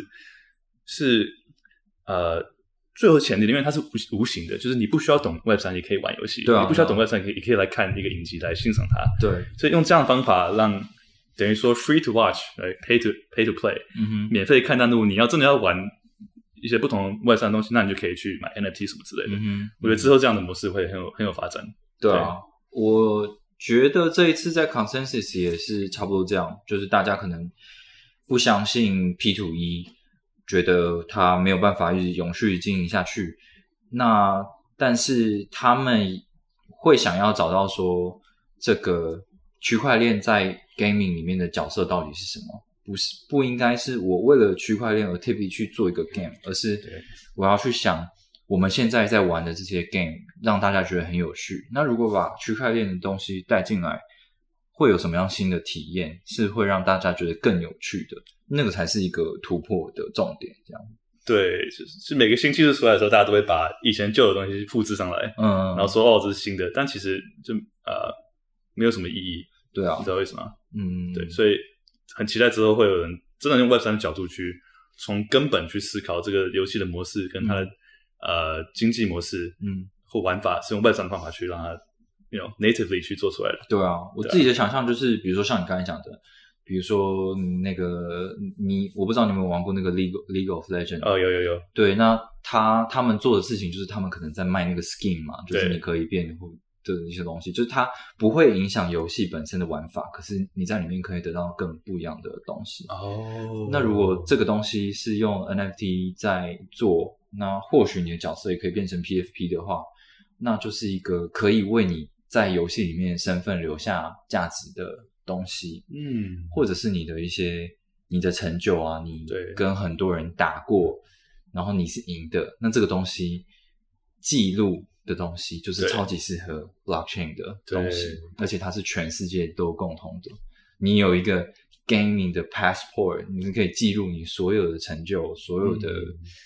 最有潜力的，因为它是无形的，就是你不需要懂 Web3 也可以玩游戏，你不需要懂 Web3 也可以来看一个影集来欣赏它。 对， 所以用这样的方法让等于说 free to watch，pay to play，免费看，但如果你真的要玩一些不同 Web3 的东西，那你就可以去买 NFT 什么之类的。我觉得之后这样的模式会很有发展。 对啊，我觉得这一次在 Consensus 也是差不多这样，就是大家可能不相信 P2E， 觉得它没有办法一直永续经营下去。那但是他们会想要找到说这个区块链在 gaming 里面的角色到底是什么？不应该是我为了区块链而特别去做一个 game， 而是我要去想我们现在在玩的这些 game 让大家觉得很有趣。那如果把区块链的东西带进来，会有什么样新的体验是会让大家觉得更有趣的？那个才是一个突破的重点。这样对，是每个新技术出来的时候，大家都会把以前旧的东西复制上来，然后说这是新的，但其实就没有什么意义。 对啊， 你知道为什么？对，所以很期待之后会有人真的用 Web3 的角度去从根本去思考这个游戏的模式跟它的经济模式或玩法，是用 Web3 的方法去让它natively 去做出来的。 对啊，我自己的想象就是比如说像你刚才讲的，比如说那个我不知道你有没有玩过那个 League of Legends。 有。 对，那他们做的事情就是他们可能在卖那个 skin 嘛，就是你可以变的一些东西，就是它不会影响游戏本身的玩法，可是你在里面可以得到更不一样的东西。那如果这个东西是用 NFT 在做，那或许你的角色也可以变成 PFP 的话，那就是一个可以为你在游戏里面身份留下价值的东西。或者是你的一些你的成就啊，你跟很多人打过，然后你是赢的，那这个东西记录的东西就是超级适合 blockchain 的东西，而且它是全世界都共同的。你有一个 gaming 的 passport， 你是可以记录你所有的成就，所有的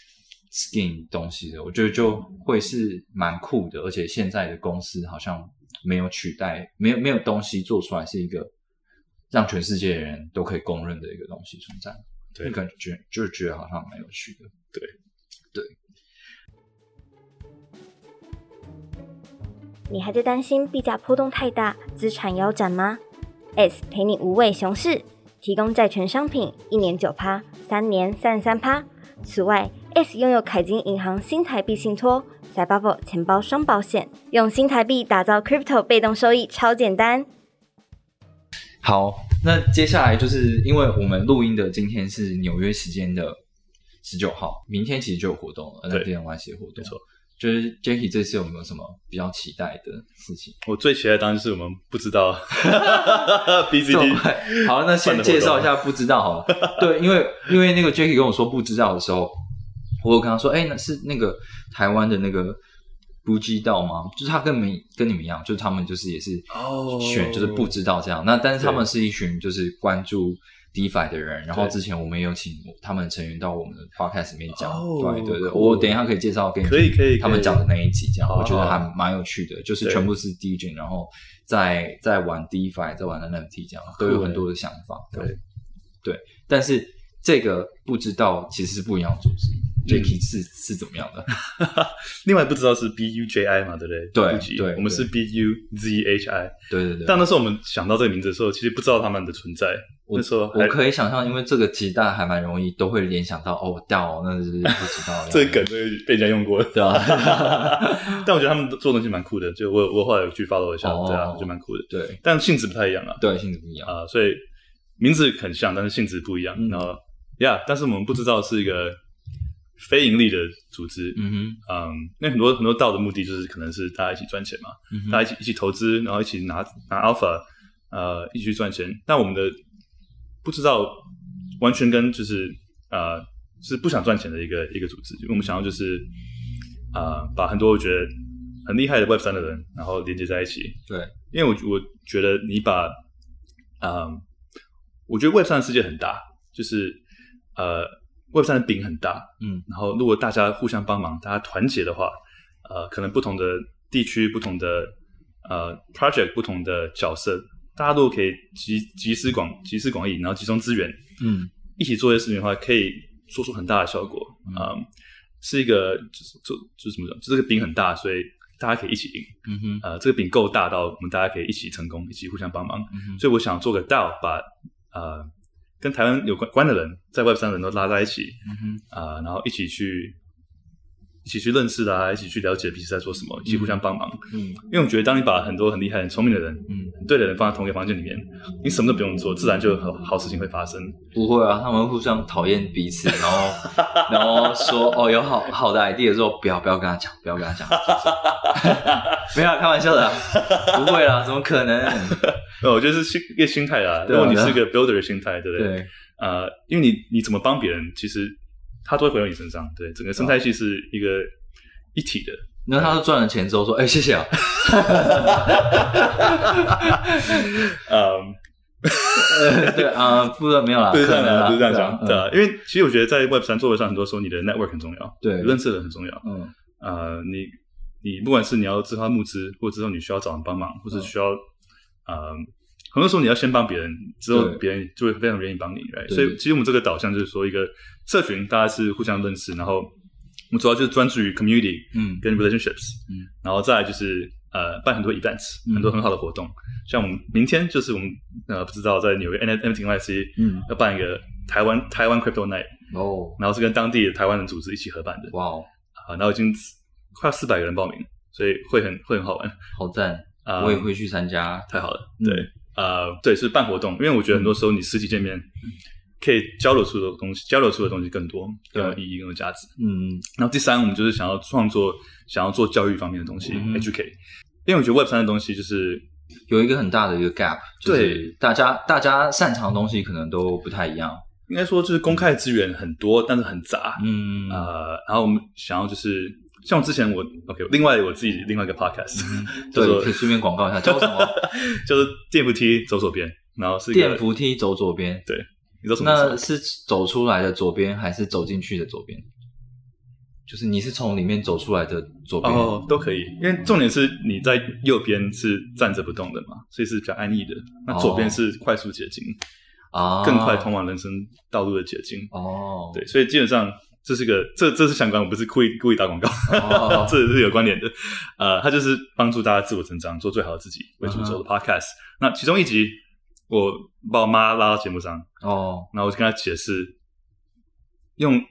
skin 东西的。我觉得就会是蛮酷的，而且现在的公司好像没有取代，没有东西做出来是一个让全世界的人都可以公认的一个东西存在。对，感觉就是觉得好像蛮有趣的。对。 你还在担心币价波动太大，资产腰斩吗 ？S 陪你无畏熊市，提供债权商品1年 9%，3年33%。此外 ，S 拥有凯金银行新台币信托， Cybubble 钱包双保险，用新台币打造 Crypto 被动收益，超简单。 好，那接下来就是因为我们录音的今天是纽约时间的19号，明天其实就有活动了 NFT NYC 的活动， 没错。 就是 Jackie 这次有没有什么比较期待的事情？ 我最期待当然是我们不知道BCD。 好，那先介绍一下不知道好了。对，因为那个 Jackie 跟我说不知道的时候，我有跟他说，那是那个台湾的那个不知道吗？就是他跟你们一样，就是他们就是也是选就是不知道这样。那但是他们是一群就是关注 DeFi 的人，然后之前我们也有请他们成员到我们的 podcast 里面讲，对，我等一下可以介绍给你， 可以他们讲的那一集，这样我觉得还蛮有趣的，就是全部是 DJ， 然后在玩 DeFi， 在玩 NFT 这样，都有很多的想法，对，但是这个不知道其实是不一样的组织。Jackie 是怎么样的？ 另外不知道是 BUJI 嘛，对不对？ 对， 我们是 BUZHI。对。但那时候我们想到这个名字的时候，其实不知道他们的存在。那时候我可以想象，因为这个其实大家还蛮容易都会联想到DAO，那就是不知道。 这个梗被人家用过， 对啊。 但我觉得他们做东西蛮酷的，就我后来有去 follow 一下，对啊，我觉得蛮酷的。 对， 但性质不太一样啊。 对，性质不一样啊，所以名字很像，但是性质不一样。然后但是我们不知道是一个非盈利的组织，因为很多 DAO 的目的就是可能是大家一起赚钱嘛，大家一起投资，然后一起拿 alpha， 一起去赚钱。但我们的不知道完全跟就是是不想赚钱的一个组织，因为我们想要就是把很多我觉得很厉害的 Web3 的人，然后连接在一起。对，因为我觉得你把我觉得 Web3 的世界很大，就是Web3 的饼很大，然后如果大家互相帮忙，大家团结的话，可能不同的地区、不同的project、不同的角色，大家都可以集思广益，然后集中资源，一起做一些事情的话，可以做出很大的效果。是一个就是怎么讲，就这个饼很大，所以大家可以一起赢。这个饼够大到我们大家可以一起成功，一起互相帮忙。所以我想做个 DAO， 把跟台湾有关的人，在 Web3 的人都拉在一起，然后一起去认识一起去了解彼此在做什么，一起互相帮忙。因为我觉得当你把很多很厉害、很聪明的人，很对的人放在同一个房间里面，你什么都不用做，自然就有好事情会发生。 不会啊，他们互相讨厌彼此，然后说有好的 idea 的时候，不要跟他讲，没有开玩笑的啊，不会啦，怎么可能？ 我觉得是一个心态啦。如果你是一个 builder 的心态，对不对？ 对。 因为你怎么帮别人，其实他都会回到你身上。对，整个生态系是一个一体的。 那他赚了钱之后说：“谢谢啊。”对不然没有啦， 对，可能啦，就是这样讲。对啊，因为其实我觉得在 Web3 作为上，很多时候你的 network 很重要，对，认识的人很重要。你不管是你要之后募资，或之后你需要找人帮忙，或者需要很多时候你要先帮别人，之后别人就会非常愿意帮你。right？ 所以其实我们这个导向就是说，一个社群大家是互相认识，然后我们主要就是专注于 community，跟 relationships，然后再来就是办很多 events，很多很好的活动。像我们明天就是我们不知道在纽约 NFT NYC 要办一个台湾 Crypto Night， 然后是跟当地的台湾人组织一起合办的。然后已经快400个人报名了，所以会很好玩， 好赞！我也会去参加， 太好了。对，是办活动，因为我觉得很多时候你实体见面可以交流出的东西更多，更有意义，更有价值。然后第三，我们就是想要做教育方面的东西，educate。因为我觉得 Web3 的东西就是有一个很大的一个 gap， 就是大家擅长的东西可能都不太一样。 应该说就是公开资源很多，但是很杂。然后我们想要就是像我之前另外我自己另外一个 podcast， 对，可以顺便广告一下，叫什么？ 就是电扶梯走左边，然后是电扶梯走左边。 对，你知道什么意思吗？ 那是走出来的左边，还是走进去的左边？就是你是从里面走出来的左边都可以，因为重点是你在右边是站着不动的嘛，所以是比较安逸的。那左边是快速捷径更快通往人生道路的捷径。对，所以基本上这是相关，我不是故意打广告，这是有关联的。它就是帮助大家自我成长，做最好的自己为主轴的 podcast。那其中一集，我把我妈拉到节目上，然后我就跟她解释，用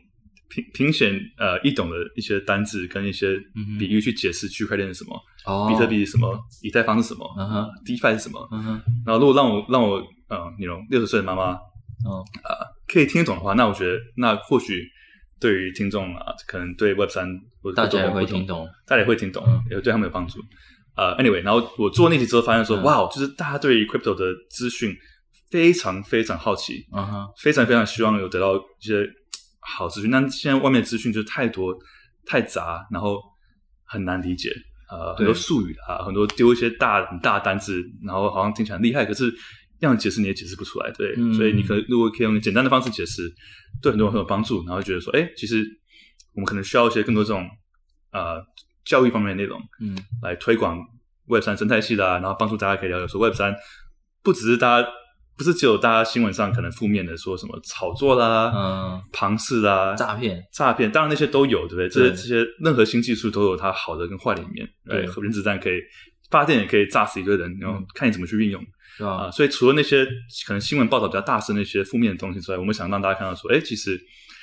平显易懂的一些单字跟一些比喻去解释区块链是什么，比特币是什么，以太坊是什么，DeFi 是什么。然后如果让我60岁的妈妈可以听得懂的话，那我觉得那或许对于听众可能对 Web3 大家也会听懂， 也对他们有帮助。Anyway， 然后我做那题之后发现说，哇，就是大家对于 crypto 的资讯非常非常好奇，非常非常希望有得到一些好资讯。但现在外面的资讯就太多太杂，然后很难理解，很多术语很多丢一些很大的单字，然后好像听起来很厉害，可是要解释你也解释不出来，对，所以你如果可以用简单的方式解释，对很多人很有帮助，然后觉得说，其实我们可能需要一些更多这种教育方面的内容，来推广 Web3 生态系啦，然后帮助大家可以了解说 Web3 不是只有大家新闻上可能负面的说什么炒作啦、庞氏啦、诈骗，当然那些都有，对不对？这些任何新技术都有它好的跟坏的一面，对，原子弹可以发电也可以炸死一堆人，然后看你怎么去运用。所以除了那些可能新闻报道比较大声那些负面的东西之外，我们想让大家看到说，其实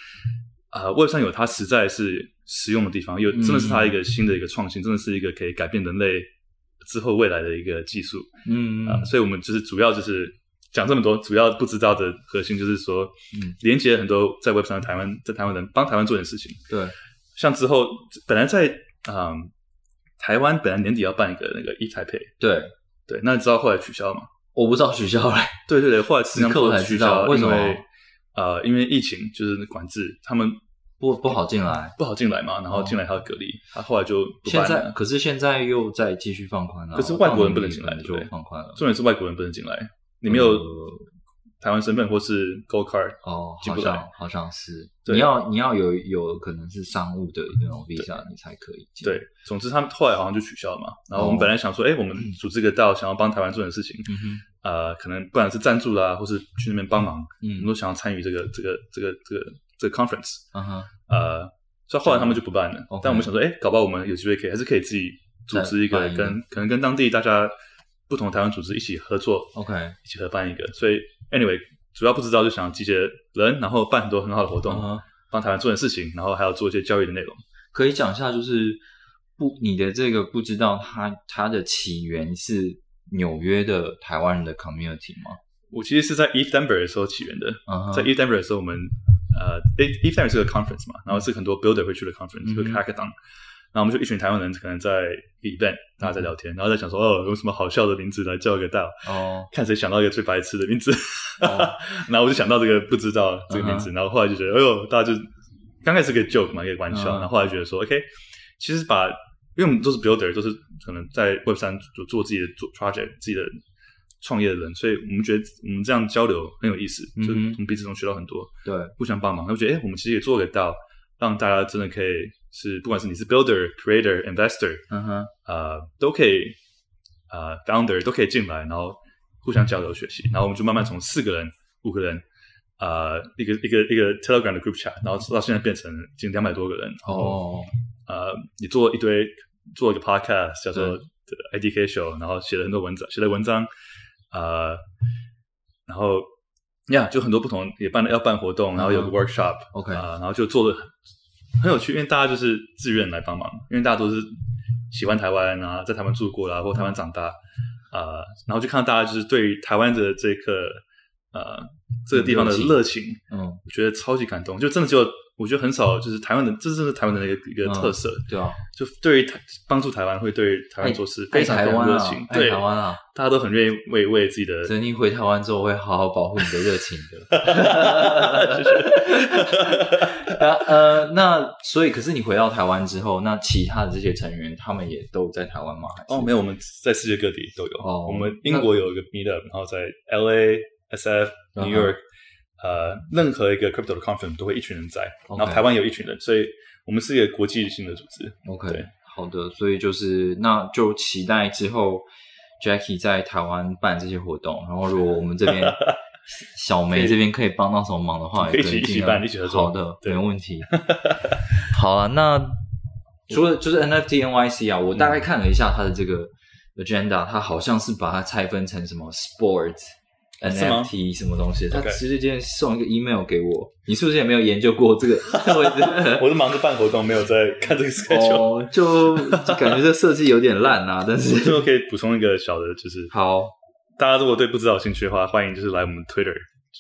Web3 有它实在是实用的地方，真的是它一个新的一个创新，真的是一个可以改变人类之后未来的一个技术。所以我们就是主要就是讲这么多，主要不知道的核心就是说，连接很多在 Web3 台湾人帮台湾做点事情。对，像之后本来在台湾本来年底要办一个那个eTaipei，对，那你知道后来取消吗？ 我不知道取消了。 对，后来时刻取消，为什么？ 因为疫情就是管制，他们不好进来嘛，然后进来还要隔离，他后来就不办了。 可是现在又在继续放宽了。 可是外国人不能进来， 就放宽了。 重点是外国人不能进来，你没有台湾身份或是 Gold Card 进不来。 好像是。你要有可能是商务的那种 visa 你才可以进。 对，总之他们后来好像就取消了嘛。然后我们本来想说，我们组织个DAO想要帮台湾做点事情，可能不管是赞助啦，或是去那边帮忙，我们都想要参与这个 conference。所以后来他们就不办了。但我们想说，搞不好我们有机会还是可以自己组织一个可能跟当地大家不同的台湾组织一起合作，一起合办一个。所以 anyway， 主要不知道就想集结人，然后办很多很好的活动，帮台湾做点事情，然后还要做一些教育的内容。 可以讲一下，就是你的这个不知道它的起源是纽约的台湾人的 community 吗？ 我其实是在 ETH Denver 的时候起源的。在 ETH Denver 的时候，我们ETH Denver 是个 conference 嘛，然后是很多 builder 会去的 conference，有个 hackathon。然后我们就一群台湾人可能在一个 event， 大家在聊天，然后在想说，有什么好笑的名字来叫一个DAO，看谁想到一个最白痴的名字。然后我就想到这个不知道这个名字，然后后来就觉得，大家就刚开始个 joke 嘛，一个玩笑，然后后来觉得说 ，OK， 其实因为我们都是 builder， 都是可能在 Web3 做自己的project、自己的创业的人，所以我们觉得我们这样交流很有意思，就是我们彼此中学到很多，对，互相帮忙。我觉得，我们其实也做得到，让大家真的可以不管是你是 builder、creator、investor， 都可以founder 都可以进来，然后互相交流学习，然后我们就慢慢从4个人、5个人，一个 Telegram 的 group chat， 然后到现在变成已经200多个人，也做一个 podcast 叫做 IDK Show， 然后写了很多文章，然后就很多不同，也要办活动，然后有个 workshop， 然后就做的很有趣，因为大家就是自愿来帮忙，因为大家都是喜欢台湾啊，在台湾住过啦，或台湾长大，然后就看到大家就是对于台湾的这个地方的热情，我觉得超级感动，就真的只有我觉得很少，就是台湾人，这是台湾人的一个特色，对啊，就对于帮助台湾，会对台湾做事非常非常热情，对台湾啊，大家都很愿意为自己的， 所以你回台湾之后会好好保护你的热情的。那所以，可是你回到台湾之后，那其他的这些成员，他们也都在台湾吗？ 没有，我们在世界各地都有。我们英国有一个 meetup， 然后在 LA、SF、New York。任何一个 crypto 的 conference 都会一群人在，然后台湾有一群人，所以我们是一个国际性的组织。 OK， 好的，所以那就期待之后 Jackie 在台湾办这些活动，然后如果我们这边小梅这边可以帮到什么忙的话， 可以一起办，一起合作。 好的，没问题。好了，那除了就是 NFT NYC 啊，我大概看了一下它的这个 agenda， 它好像是把它拆分成什么 sports。 NFT 什么东西，他 OK 直接送一个 email 给我。你是不是也没有研究过这个？ 我是忙着办活动，没有在看这个 schedule。 就感觉这设计有点烂啊，但是最后可以补充一个小的，就是好， 大家如果对不知道有兴趣的话，欢迎就是来我们 Twitter， 就是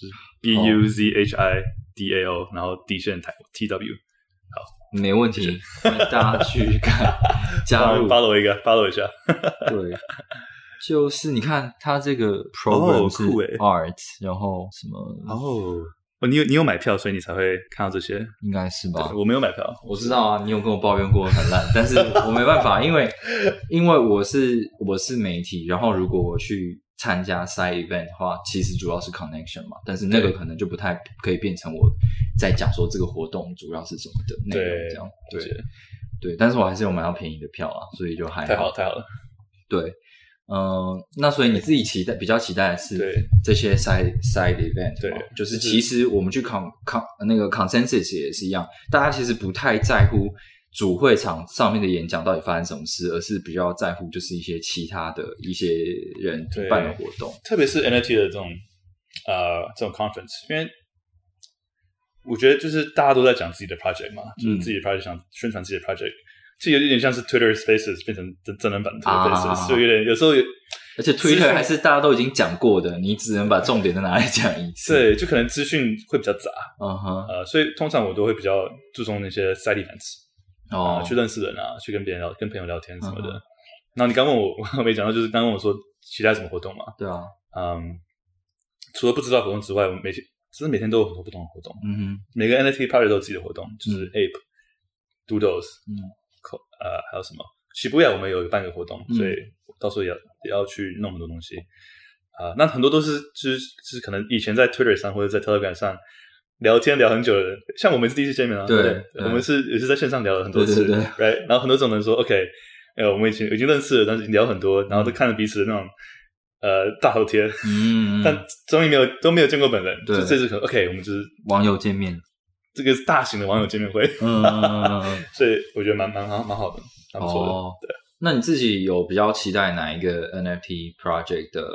BUZHIDAO， 然后底线台 TW。 没问题，欢迎大家去看加入 follow 一下。 对，就是你看他这个 program 是酷欸 art， 然后什么你有买票，所以你才会看到这些， 应该是吧？ 我没有买票， 我知道啊，你有跟我抱怨过很烂，但是我没办法，因为我是媒体，然后如果我去参加 side event 的话，其实主要是 connection 嘛，但是那个可能就不太可以变成我在讲说这个活动主要是什么的内容这样。对，但是我还是有买到便宜的票啊，所以就还好。 太好了。 对，那所以你自己比较期待的是这些 side event， 对， 就是其实我们去那个 consensus 也是一样，大家其实不太在乎主会场上面的演讲到底发生什么事，而是比较在乎就是一些其他的一些人办的活动， 特别是 NFT 的这种conference， 因为我觉得就是大家都在讲自己的 project 嘛，就是自己的 project 想宣传自己的 project， 其实有点像是 Twitter Spaces 变成真人版的 Twitter Spaces， 就有时候而且 Twitter 还是大家都已经讲过的，你只能把重点再拿来讲一次。 对，就可能资讯会比较杂，所以通常我都会比较注重那些 side events，去认识人啊，去跟朋友聊天什么的。然后你刚问我没讲到，就是刚问我说期待什么活动嘛？ 对啊， 除了不知道活动之外，我们真的每天都有很多不同的活动。每个 NFT project 都有自己的活动，就是 Ape、Doodles，还有什么？喜布亚我们有办个活动，所以到时候也要去弄很多东西。那很多都是就是可能以前在 Twitter 上或者在 Telegram 上聊天聊很久的人，像我们是第一次见面啊，对，我们也是在线上聊了很多次， 对 right？ 然后很多种人说 OK， 我们已经认识了，但是聊很多，然后都看着彼此的那种大头贴，但终于都没有见过本人，就这次可能 OK， 我们就是网友见面， 这个大型的网友见面会，所以我觉得蛮好的，蛮不错的。对， 那你自己有比较期待哪一个 NFT project 的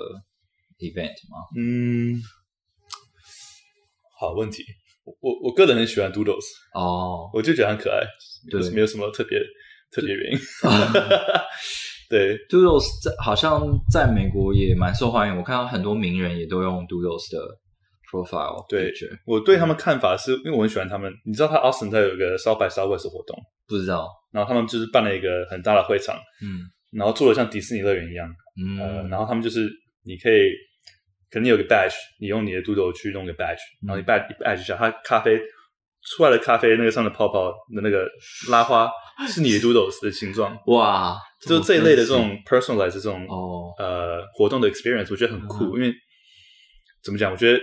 event 吗？ 好问题。我个人很喜欢 Doodles， 我就觉得很可爱，就是没有什么特别原因。对 ，Doodles 好像在美国也蛮受欢迎，我看到很多名人也都用 Doodles 的 profile。 对，我对他们看法是因为我很喜欢他们。你知道他 Austin 他有一个 South by Southwest 的活动， 不知道。 然后他们就是办了一个很大的会场，然后做的像迪士尼乐园一样，然后他们就是你可能有个 badge， 你用你的 Doodle 去弄个 badge， 然后你 badge 一下，它咖啡出来的咖啡那个上的泡泡的那个拉花是你的 Doodles 的形状， 哇！ 就这一类的这种 personalized 这种活动的 experience， 我觉得很酷，因为怎么讲？我觉得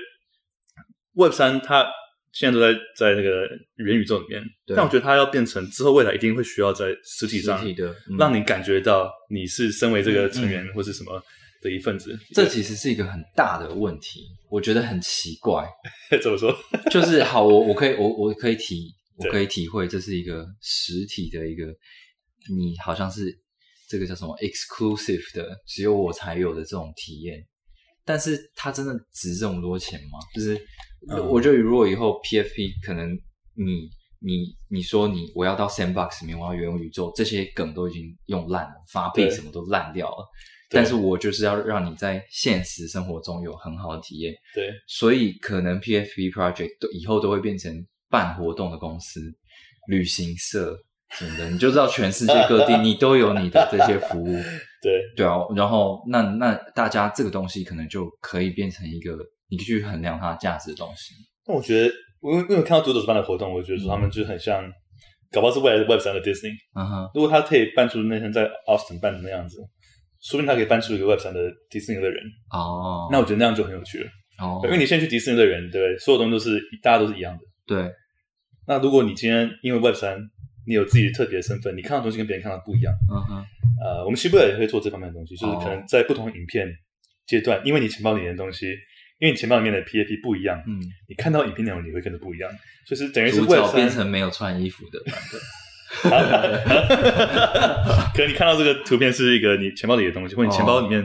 Web3 它现在都在那个元宇宙里面，但我觉得它要变成之后未来一定会需要在实体上让你感觉到你是身为这个成员或是什么的一份子。 这其实是一个很大的问题，我觉得很奇怪。 怎么说？ 就是好，我可以体会，这是一个实体的一个，你好像是这个叫什么 exclusive 的，只有我才有的这种体验。但是它真的值这么多钱吗？就是我觉得如果以后 PFP 可能你说我要到 Sandbox 里面，我要元宇宙，这些梗都已经用烂了，发币什么都烂掉了。但是我就是要让你在现实生活中有很好的体验。 对， 所以可能 PFP project 以后都会变成办活动的公司、旅行社什么的，你就知道全世界各地你都有你的这些服务。对啊，然后那大家这个东西可能就可以变成一个你去衡量它价值的东西。 那我觉得，因为看到Doodles办的活动，我觉得说他们就很像，搞不好是未来的 Web3 的 Disney。如果他可以办出那天在 Austin 办的那样子，说不定他可以办出一个 Web3 的迪士尼乐园。那我觉得那样就很有趣了。因为你现在去迪士尼乐园，对，所有东西都是大家都是一样的。 对。 那如果你今天因为 Web3，你有自己的特别的身份，你看到的东西跟别人看到的不一样。我们西部也会做这方面的东西，就是可能在不同影片阶段，因为你钱包里面的东西，因为你钱包里面的 PFP 不一样，你看到影片内容你会跟着不一样，就是等于是 Web3 变成没有穿衣服的版本。 可能你看到这个图片是一个你钱包里的东西，或者你钱包里面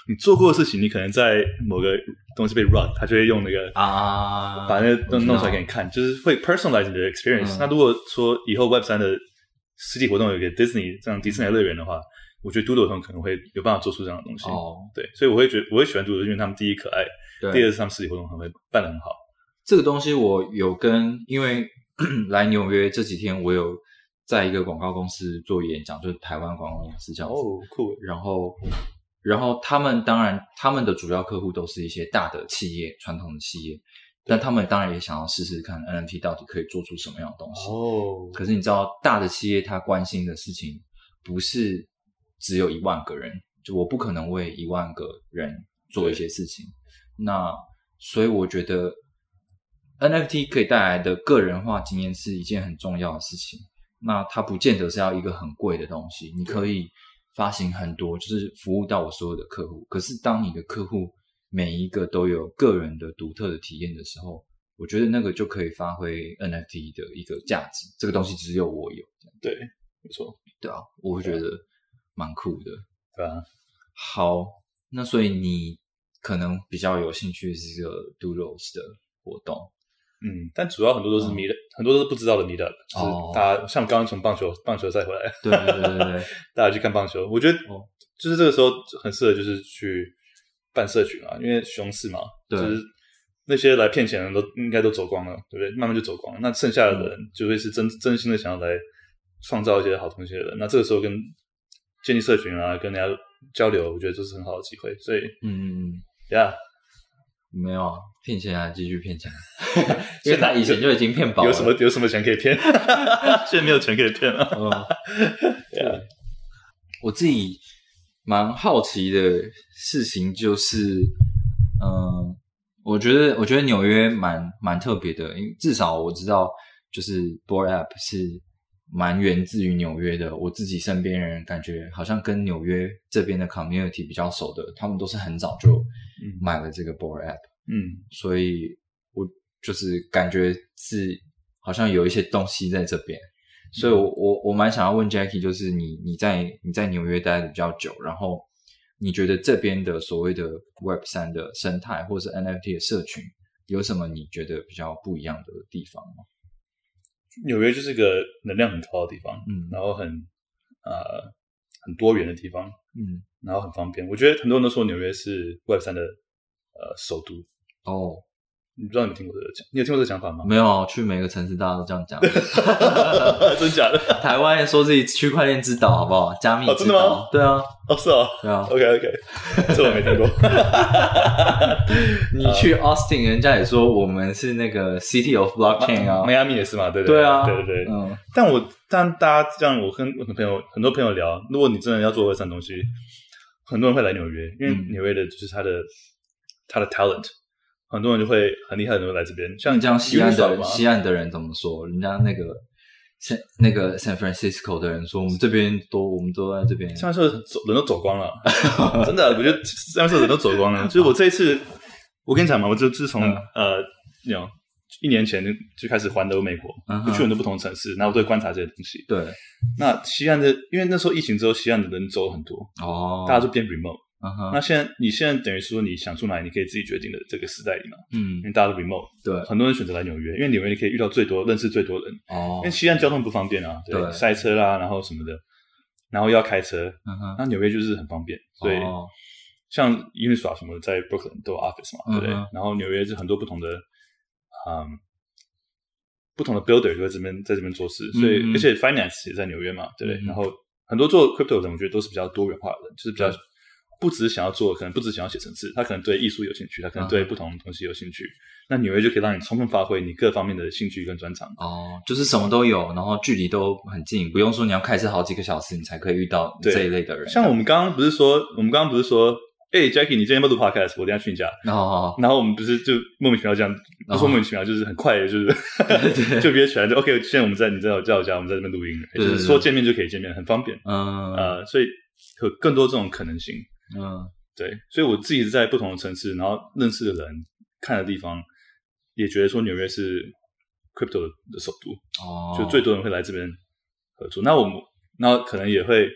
你做过的事情，你可能在某个东西被 run， 他就会用那个把那个弄出来给你看，就是会 personalize 你的 experience。那如果说以后 Web3 的实体活动有个 Disney 这样迪士尼乐园的话，我觉得 Doodle 可能会有办法做出这样的东西。对，所以我会喜欢 Doodle， 因为他们第一可爱，第二是他们实体活动很会办得很好。 这个东西我有因为来纽约这几天，我有在一个广告公司做演讲，就是台湾广告公司这样子。 酷。 然后他们当然他们的主要客户都是一些大的企业，传统的企业，但他们当然也想要试试看 NFT 到底可以做出什么样的东西。可是你知道大的企业他关心的事情不是只有1万个人，就我不可能为1万个人做一些事情。那所以我觉得 NFT 可以带来的个人化经验是一件很重要的事情。那它不见得是要一个很贵的东西，你可以发行很多，就是服务到我所有的客户。可是当你的客户每一个都有个人的独特的体验的时候，我觉得那个就可以发挥 NFT 的一个价值。这个东西只有我有。 对，没错。 对啊，我会觉得蛮酷的。 对啊。 好，那所以你可能比较有兴趣是这个 Doodles 的活动。 但主要很多都是很多都是不知道的 meetup， 就是大家像刚刚从棒球赛回来， 对， 大家去看棒球，我觉得就是这个时候很适合就是去办社群啊，因为熊市嘛，就是那些来骗钱的人都应该都走光了，对不对？慢慢就走光了，那剩下的人就会是真心的想要来创造一些好东西的人，那这个时候跟建立社群啊，跟人家交流，我觉得这是很好的机会，所以yeah。 没有啊，骗钱还继续骗钱，因为他以前就已经骗饱了。 有什么钱可以骗？现在没有钱可以骗了。 我自己蛮好奇的事情就是，我觉得纽约蛮特别的，因为至少我知道，就是 Bored App 是蛮源自于纽约的。我自己身边人感觉好像跟纽约这边的 community 比较熟的，他们都是很早就买了这个 Bored App。所以我就是感觉是好像有一些东西在这边。所以我蛮想要问 Jackie， 就是你在纽约待的比较久，然后你觉得这边的所谓的 Web3 的生态或是 NFT 的社群有什么你觉得比较不一样的地方吗？ 纽约就是个能量很高的地方，然后很多元的地方，然后很方便。我觉得很多人都说纽约是 Web3 的首都。你不知道你有听过你有听过这个讲法吗？ 没有，去每个城市大家都这样讲。 真假的？ 台湾人说自己区块链之岛，好不好？加密之岛。 真的吗？ 对啊。 是啊。 对啊。 OK， 这我没听过。 你去 Austin， 人家也说我们是那个 City of Blockchain 啊。 迈阿密也是嘛，对对啊， 对。但大家这样，我跟我的很多朋友聊，如果你真的要做Web3东西，很多人会来纽约，因为纽约的就是他的 talent。很多人就会很厉害的人会来这边，像这样西岸的人怎么说？人家那个 San Francisco 的人说，我们都在这边。 San Francisco 人都走光了，真的，我觉得San Francisco人都走光了。所以我这一次，我跟你讲嘛，我就自从1年前就开始环游美国，就去很多不同的城市，然后我都会观察这些东西。 对， 那西岸因为那时候疫情之后，西岸的人走很多，大家就变 remote。那你现在等于说你想住哪里，你可以自己决定的这个时代里嘛，因为大家都 remote， 对，很多人选择来纽约，因为纽约你可以遇到认识最多人，因为西岸交通不方便啊，对，塞车啦，然后什么的，然后又要开车，那纽约就是很方便，所以像 Uniswap 什么的在 Brooklyn 都有 office 嘛，对不对？然后纽约是很多不同的builder 就在这边做事，所以而且 finance 也在纽约嘛，对不对？然后很多做 crypto 的人，我觉得都是比较多元化的人，就是比较不只是想要做，可能不只想要写程式，他可能对艺术有兴趣，他可能对不同的东西有兴趣。那纽约就可以让你充分发挥你各方面的兴趣跟专长。 就是什么都有，然后距离都很近，不用说你要开车好几个小时你才可以遇到这一类的人。 像我们刚刚不是说Jackie 你今天要不要录 podcast， 我等一下去你家。然后我们不是就莫名其妙这样，不说莫名其妙，就是很快的，就是就约起来就 OK。现在我们你在我家，我们在这边录音，就是说见面就可以见面，很方便。所以有更多这种可能性。对，所以我自己在不同的城市，然后认识的人、看的地方，也觉得说纽约是 crypto 的首都，就最多人会来这边合作。那可能也会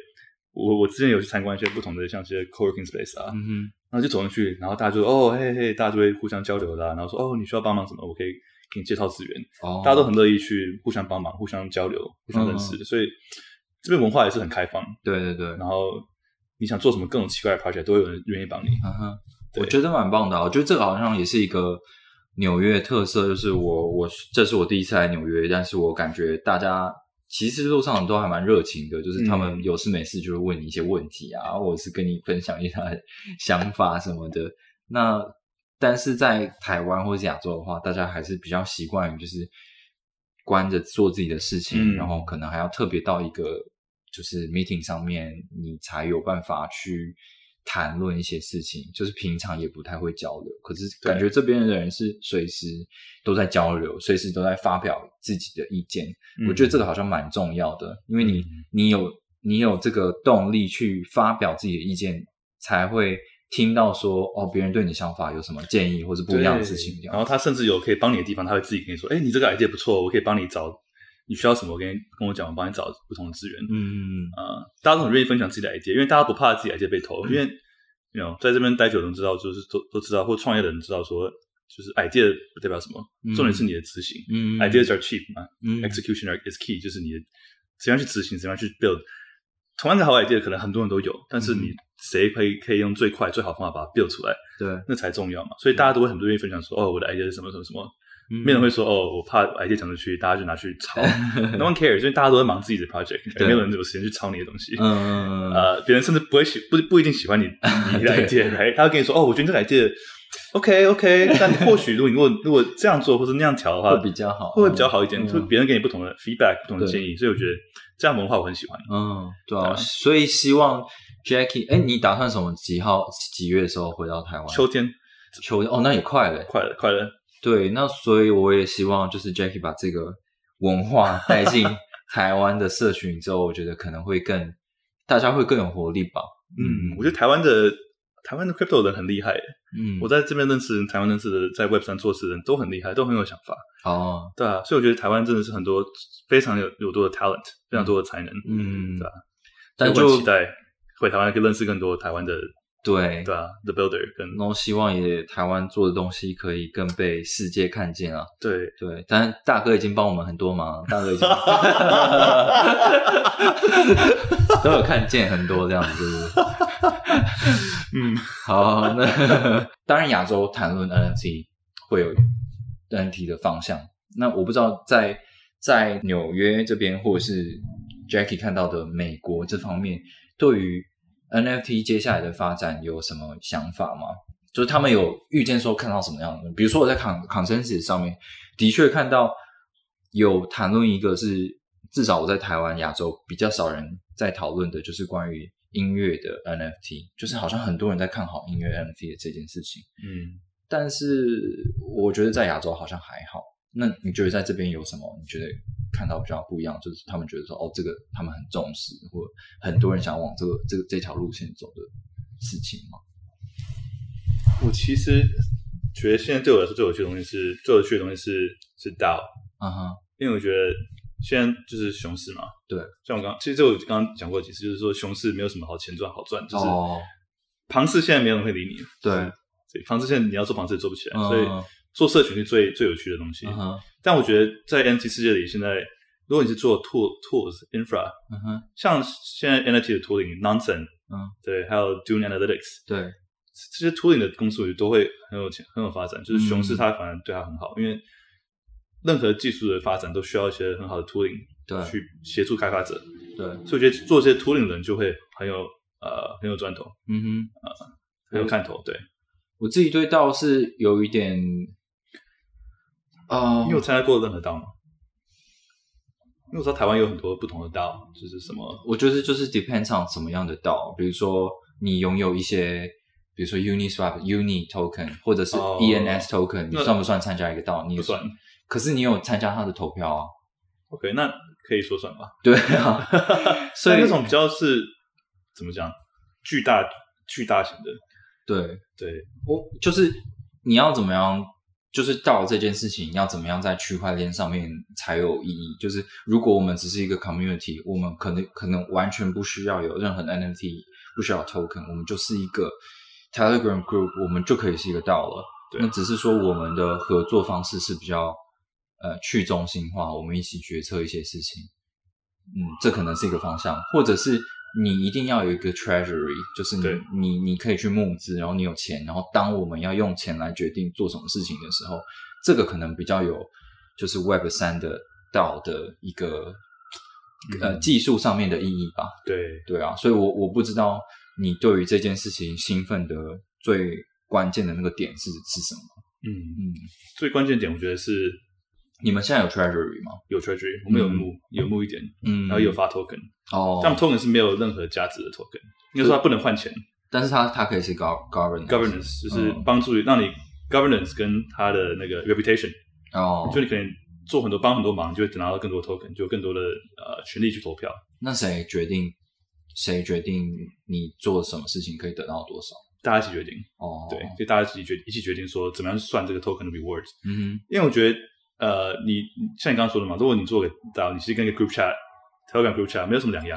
我之前有去参观一些不同的像这些 coworking space 啊，然后就走进去，然后大家就哦嘿嘿，大家就会互相交流啦，然后说哦你需要帮忙什么，我可以给你介绍资源，大家都很乐意去互相帮忙、互相交流、互相认识，所以这边文化也是很开放。 对对对， 然后你想做什么各种奇怪的 project， 都会有人愿意帮你。 我觉得蛮棒的，我觉得这个好像也是一个纽约的特色，就是我这是我第一次来纽约，但是我感觉大家其实路上都还蛮热情的，就是他们有事没事就会问你一些问题啊，或者是跟你分享一下想法什么的。那但是在台湾或者亚洲的话，大家还是比较习惯于就是关着做自己的事情，然后可能还要特别到一个就是 meeting 上面，你才有办法去谈论一些事情，就是平常也不太会交流，可是感觉这边的人是随时都在交流，随时都在发表自己的意见。我觉得这个好像蛮重要的，因为你有这个动力去发表自己的意见，才会听到说哦，别人对你的想法有什么建议或是不一样的事情。 然后他甚至有可以帮你的地方，他会自己跟你说，你这个 idea 不错，我可以帮你找。你需要什么？跟我讲，我帮你找不同的资源。大家都很愿意分享自己的 idea， 因为大家不怕自己的 idea 被偷。因为在这边待久的人知道，就是都知道，或创业的人知道说，就是 idea 不代表什么，重点是你的执行。Ideas are cheap 嘛，execution is key， 就是你怎样去执行，怎样去 build。同样的好 idea 可能很多人都有，但是你谁可以用最快最好的方法把它 build 出来？对，那才重要嘛。所以大家都会很多愿意分享说，我的 idea 是什么什么什么。没人会说我怕 idea 讲出去，大家就拿去抄。No one cares， 因为大家都在忙自己的 project， 没有人有时间去抄你的东西。别人甚至不一定喜欢你的 idea， 他会跟你说我觉得这个 idea OK， 但或许如果这样做或者那样调的话， 会比较好， 会比较好一点。就别人给你不同的 feedback， 不同的建议，所以我觉得这样文化我很喜欢。 对啊，所以希望 Jackie， 你打算什么几月的时候回到台湾？ 秋天那也快了。对，那所以我也希望就是 Jackie 把这个文化带进台湾的社群之后，我觉得可能会大家会更有活力吧。 我觉得台湾的 crypto 人很厉害。我在这边台湾认识的在 Web 3做事的人都很厉害，都很有想法。对啊，所以我觉得台湾真的是很多非常有多的 talent， 非常多的才能。对啊，但就期待回台湾可以认识更多台湾的。对啊 ，The Builder 然后希望台湾做的东西可以更被世界看见啊。对，但大哥已经帮我们很多忙，大哥已经都有看见很多这样子。好，那当然亚洲谈论 NFT 会有 NFT 的方向。那我不知道在纽约这边或者是 Jackie 看到的美国这方面，对于NFT 接下来的发展有什么想法吗？就是他们有预见说看到什么样的？比如说我在 Consensus 上面的确看到有谈论一个是至少我在台湾亚洲比较少人在讨论的，就是关于音乐的 NFT， 就是好像很多人在看好音乐 NFT 的这件事情。但是我觉得在亚洲好像还好。那你觉得在这边有什么你觉得看到比较不一样，就是他们觉得说这个他们很重视，或很多人想往这条路线走的事情吗？ 我其实觉得现在对我来说最有趣的东西是DAO。因为我觉得现在就是熊市嘛。对，像我其实我刚刚讲过几次，就是说熊市没有什么好钱赚好赚，就是庞氏现在没有人会理你。对，庞氏现在你要做庞氏也做不起来，所以做社群是最有趣的东西。但我觉得在 NFT 世界里，现在如果你是做 tools infra，像现在 NFT 的 tooling Nonsense，对，还有 Dune Analytics， 对，这些 tooling 的公司我觉得都会很有钱很有发展。就是熊市它反而对它很好，因为任何技术的发展都需要一些很好的 tooling 去协助开发者。对，所以我觉得做这些 tooling 的人就会很有赚头，很有看头。对， 我自己对DAO是有一点。 你有参加过任何DAO吗？因为我知道台湾有很多不同的DAO，就是什么？ 我觉得就是 depends on 什么样的DAO，比如说你拥有一些，比如说 Uniswap、Uni Token 或者是 ENS Token， 你算不算参加一个DAO？你也算。 可是你有参加他的投票啊。 OK， 那可以说算吧。 对啊， 所以那种比较是怎么讲，巨大型的。 对，我就是你要怎么样就是到这件事情要怎么样在区块链上面才有意义？就是如果我们只是一个 community， 我们可能完全不需要有任何的 NFT， 不需要 token， 我们就是一个 Telegram group， 我们就可以是一个DAO了。那只是说我们的合作方式是比较去中心化，我们一起决策一些事情。这可能是一个方向，或者是你一定要有一个 treasury， 就是你可以去募资，然后你有钱，然后当我们要用钱来决定做什么事情的时候，这个可能比较有就是 Web3 的DAO的一个技术上面的意义吧。对啊，所以我不知道你对于这件事情兴奋的最关键的那个点是什么。 最关键点我觉得是你们现在有 treasury 吗？ 有 treasury， 我们有募一点，然后也有发 token。但 token 是没有任何价值的 token， 应该说它不能换钱， 但是它可以是 governance， 就是帮助让你 governance 跟它的那个 reputation。就你可能做帮很多忙，就会拿到更多 token， 就有更多的权利去投票。 那谁决定你做什么事情可以得到多少？ 大家一起决定。对，所以大家一起决定说怎么样去算这个 token 的 rewards。因为我觉得你像你刚刚说的嘛，如果你做个DAO，你是跟一个 group chat、Telegram group chat 没有什么两样。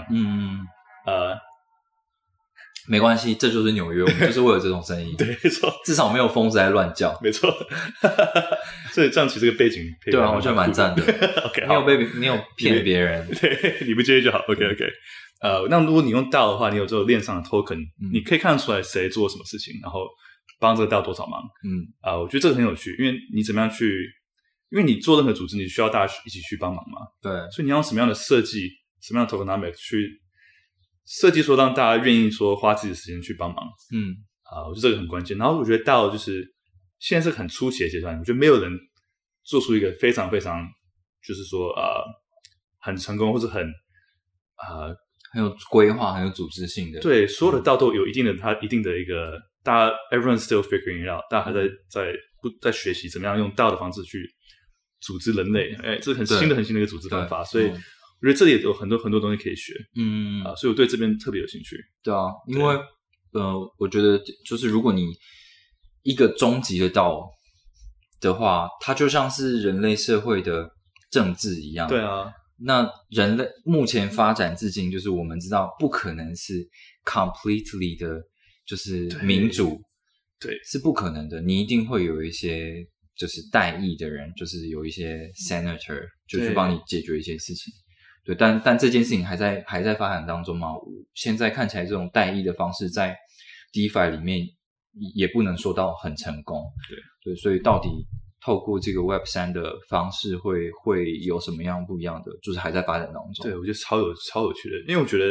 没关系，这就是纽约，我们就是为了这种生意。 对，没错， 至少没有疯子在乱叫。 没错，所以这样其实这个背景配对啊，我觉得蛮赞的。 OK， 没有骗别人， 对，你不介意就好。OK， 那如果你用DAO的话，你有这个链上的 token，你可以看得出来谁做什么事情，然后帮这个DAO多少忙。我觉得这个很有趣，因为你怎么样去，因为你做任何组织，你需要大家一起去帮忙嘛。 对， 所以你要用什么样的设计，什么样的 tokenomics 去设计，说让大家愿意说花自己的时间去帮忙。我觉得这个很关键。然后我觉得DAO就是现在是很初期的阶段，我觉得没有人做出一个非常非常就是说很成功或者很有规划、很有组织性的。 对，所有的DAO都有它一定的一个，大家 everyone still figuring it out， 大家还在学习怎么样用DAO的方式去组织人类。这是很新的一个组织方法，所以我觉得这里也有很多很多东西可以学。所以我对这边特别有兴趣。 对啊，因为我觉得就是如果你一个终极的DAO的话，它就像是人类社会的政治一样。 对啊。 那人类目前发展至今，就是我们知道不可能是 completely 的，就是民主， 对， 是不可能的。你一定会有一些就是代议的人，就是有一些 senator 就去帮你解决一些事情。对，但这件事情还在发展当中嘛。现在看起来这种代议的方式在 DeFi 里面也不能说到很成功。对，所以到底透过这个 Web3 的方式会有什么样不一样的，就是还在发展当中。 对，我觉得超有趣的，因为我觉得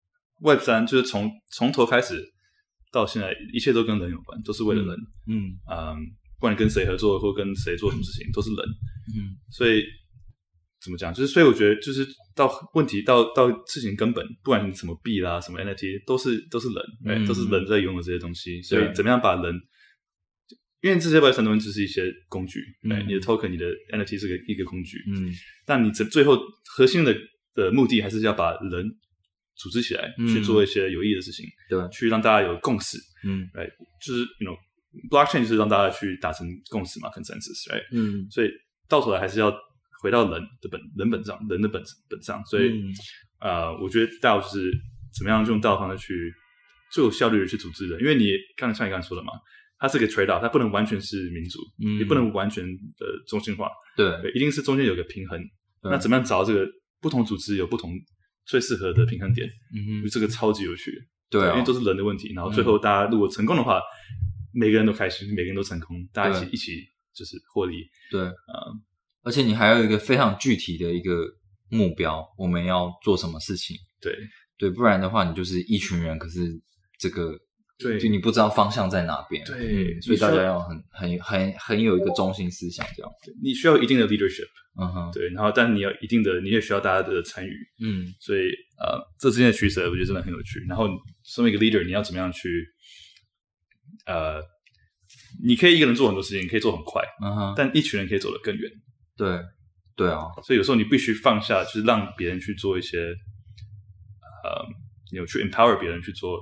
Web3 就是从头开始到现在，一切都跟人有关，都是为了人。不管你跟谁合作或跟谁做什么事情，都是人。所以怎么讲？就是所以我觉得就是到问题到事情根本，不管你什么币啦、什么 NFT， 都是人，都是人在拥有这些东西。所以怎么样把人，因为这些 Web3 东西只是一些工具，你的 token、你的 NFT 是一个工具，但你最后核心的目的还是要把人组织起来，去做一些有意义的事情， 对， 去让大家有共识，就是 blockchain 就是让大家去达成共识嘛 ，consensus， 所以到头来还是要回到人的本上，所以我觉得DAO就是怎么样用DAO的方式去最有效率的去组织人，因为你像你刚才说的嘛。它是个 trade off， 它不能完全是民主，也不能完全的中心化，对，一定是中间有个平衡。那怎么样找到这个不同组织有不同最适合的平衡点？这个超级有趣，对，因为都是人的问题。然后最后大家如果成功的话，每个人都开心，每个人都成功，大家一起就是获利。对， 而且你还有一个非常具体的一个目标，我们要做什么事情？对，不然的话，你就是一群人，可是这个。对，就你不知道方向在哪边，对，所以大家要很有一个中心思想，这样。 你需要一定的 leadership，对，然后但你要你也需要大家的参与，所以这之间的取舍，我觉得真的很有趣。然后身为一个 leader， 你要怎么样去，你可以一个人做很多事情，你可以做很快，但一群人可以走得更远。 对啊， 所以有时候你必须放下，就是让别人去做一些，去 empower 别人去做。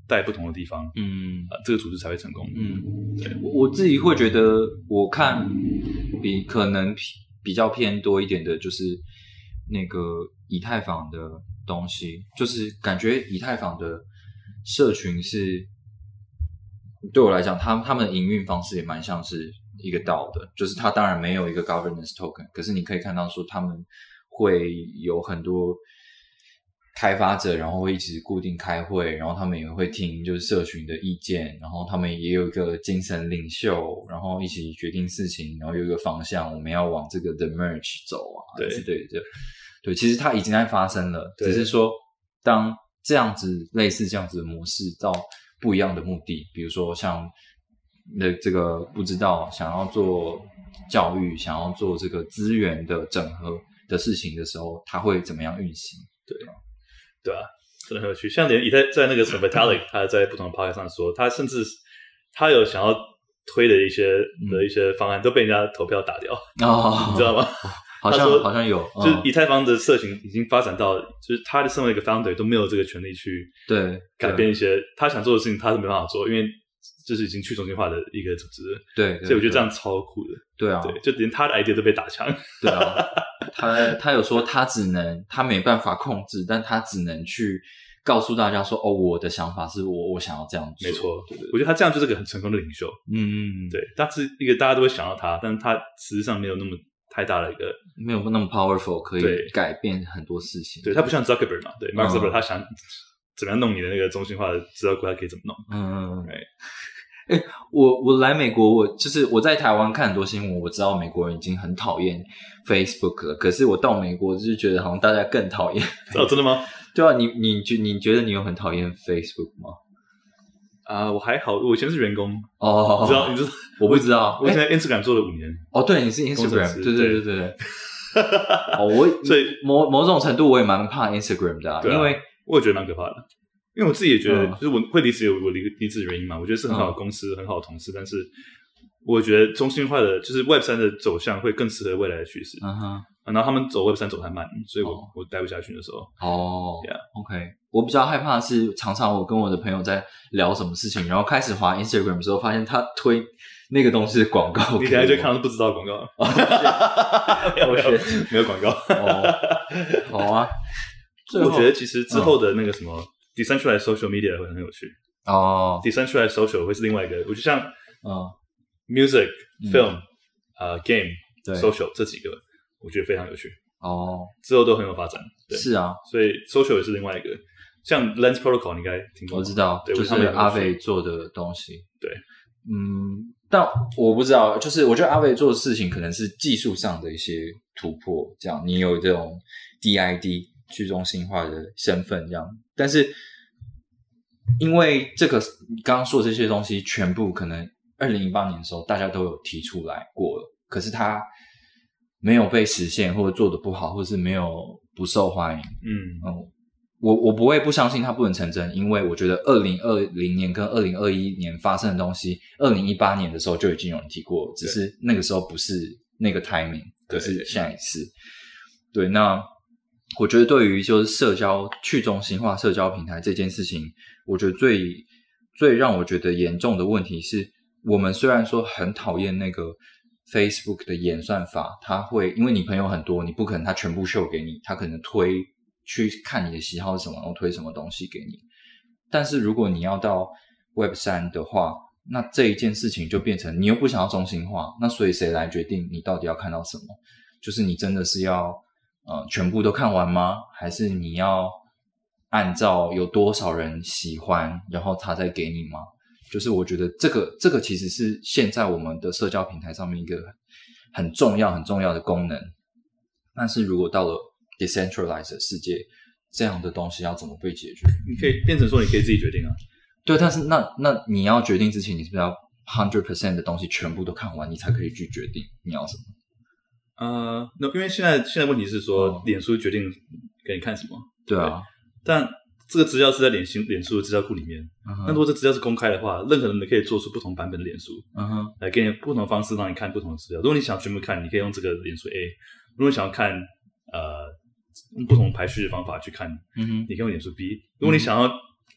带不同的地方，这个组织才会成功。 我自己会觉得，我看可能比较偏多一点的，就是那个以太坊的东西，就是感觉以太坊的社群是对我来讲，他们的营运方式也蛮像是一个DAO的，就是它当然没有一个 governance token， 可是你可以看到说他们会有很多开发者，然后会一直固定开会，然后他们也会听就是社群的意见，然后他们也有一个精神领袖，然后一起决定事情，然后有一个方向，我们要往这个 the merge 走啊， 对之类的。对，其实它已经在发生了，只是说当类似这样子的模式到不一样的目的，比如说像这个不知道想要做教育，想要做这个资源的整合的事情的时候，它会怎么样运行？ 对啊，真的很有趣。像连在那个什么 Vitalik， 他在不同的 podcast 上说，他甚至他有想要推的一些方案都被人家投票打掉，你知道吗？好像有， 就是以太坊的社群已经发展到，就是他身为一个 founder 都没有这个权利去改变一些他想做的事情，他是没办法做，因为这是已经去中心化的一个组织了。 对， 所以我觉得这样超酷的。 对啊， 对，就连他的 idea 都被打枪。 对啊，他有说他没办法控制，但他只能去告诉大家说，我的想法是我想要这样做。 没错，对，我觉得他这样就是个很成功的领袖。对，他是一个大家都会想到他，但是他实际上没有那么太大的一个， 没有那么 powerful 可以改变很多事情。 对，他不像 Zuckerberg 嘛，对 ，Mark Zuckerberg 他想怎么样弄你的那个中心化的资料库，他可以怎么弄。 我来美国，我在台湾看很多新闻，我知道美国人已经很讨厌 Facebook 了，可是我到美国就是觉得好像大家更讨厌。 真的吗？ 对啊，你觉得你有很讨厌 Facebook 吗？ 我还好，我以前是员工。 你知道？我不知道。 我现在 Instagram 做了5年。 对，你是 Instagram， 对。所以某种程度我也蛮怕 Instagram 的，因为我也觉得蛮可怕的。因为我自己也觉得，就是我会离职有我离职的原因嘛，我觉得是很好的公司，很好的同事，但是我觉得中心化的，就是 Web3 的走向会更适合未来的趋势。然后他们走 Web3 走太慢，所以我待不下去的时候。 OK， 我比较害怕的是，常常我跟我的朋友在聊什么事情，然后开始滑 Instagram 的时候，发现他推那个东西的广告， 你等下就看到不知道的广告。没有广告。 好啊。 我觉得其实之后的那个什么 decentralized social media 会很有趣。decentralized social 会是另外一个，我就像music、film、game、social 这几个，我觉得非常有趣。之后都很有发展。对， 是啊， 所以 social 也是另外一个，像 Lens Protocol 你应该听过。 我知道，就是阿伟做的东西。 对， 但我不知道，就是我觉得阿伟做的事情可能是技术上的一些突破，这样你有这种 DID 去中心化的身份这样，但是因为这个你刚刚说的这些东西全部可能2018年的时候大家都有提出来过了，可是它没有被实现，或者做得不好，或者是没有不受欢迎。我不会不相信它不能成真，因为我觉得2020年跟2021年发生的东西2018年的时候就已经有人提过，只是那个时候不是那个 timing， 可是现在是。对，那我觉得对于就是去中心化社交平台这件事情，我觉得最让我觉得严重的问题是，我们虽然说很讨厌那个 Facebook 的演算法，它会因为你朋友很多，你不可能它全部秀给你，它可能去看你的喜好是什么，然后推什么东西给你。但是如果你要到 Web3 的话，那这一件事情就变成你又不想要中心化，那所以谁来决定你到底要看到什么？就是你真的是要全部都看完吗？还是你要按照有多少人喜欢，然后他再给你吗？就是我觉得这个其实是现在我们的社交平台上面一个很重要的功能。但是如果到了 decentralized 的世界，这样的东西要怎么被解决？ 你可以变成说你可以自己决定啊。 对，但是那你要决定之前，你是不是要 100% 的东西全部都看完，你才可以去决定你要什么？ 那因为现在问题是说，脸书决定给你看什么。 对啊， 但这个资料是在脸书的资料库里面。那如果这资料是公开的话，任何人都可以做出不同版本的脸书，来给你不同的方式让你看不同的资料。如果你想全部看，你可以用这个脸书 A； 如果你想要看用不同排序的方法去看，你可以用脸书 B。如果你想要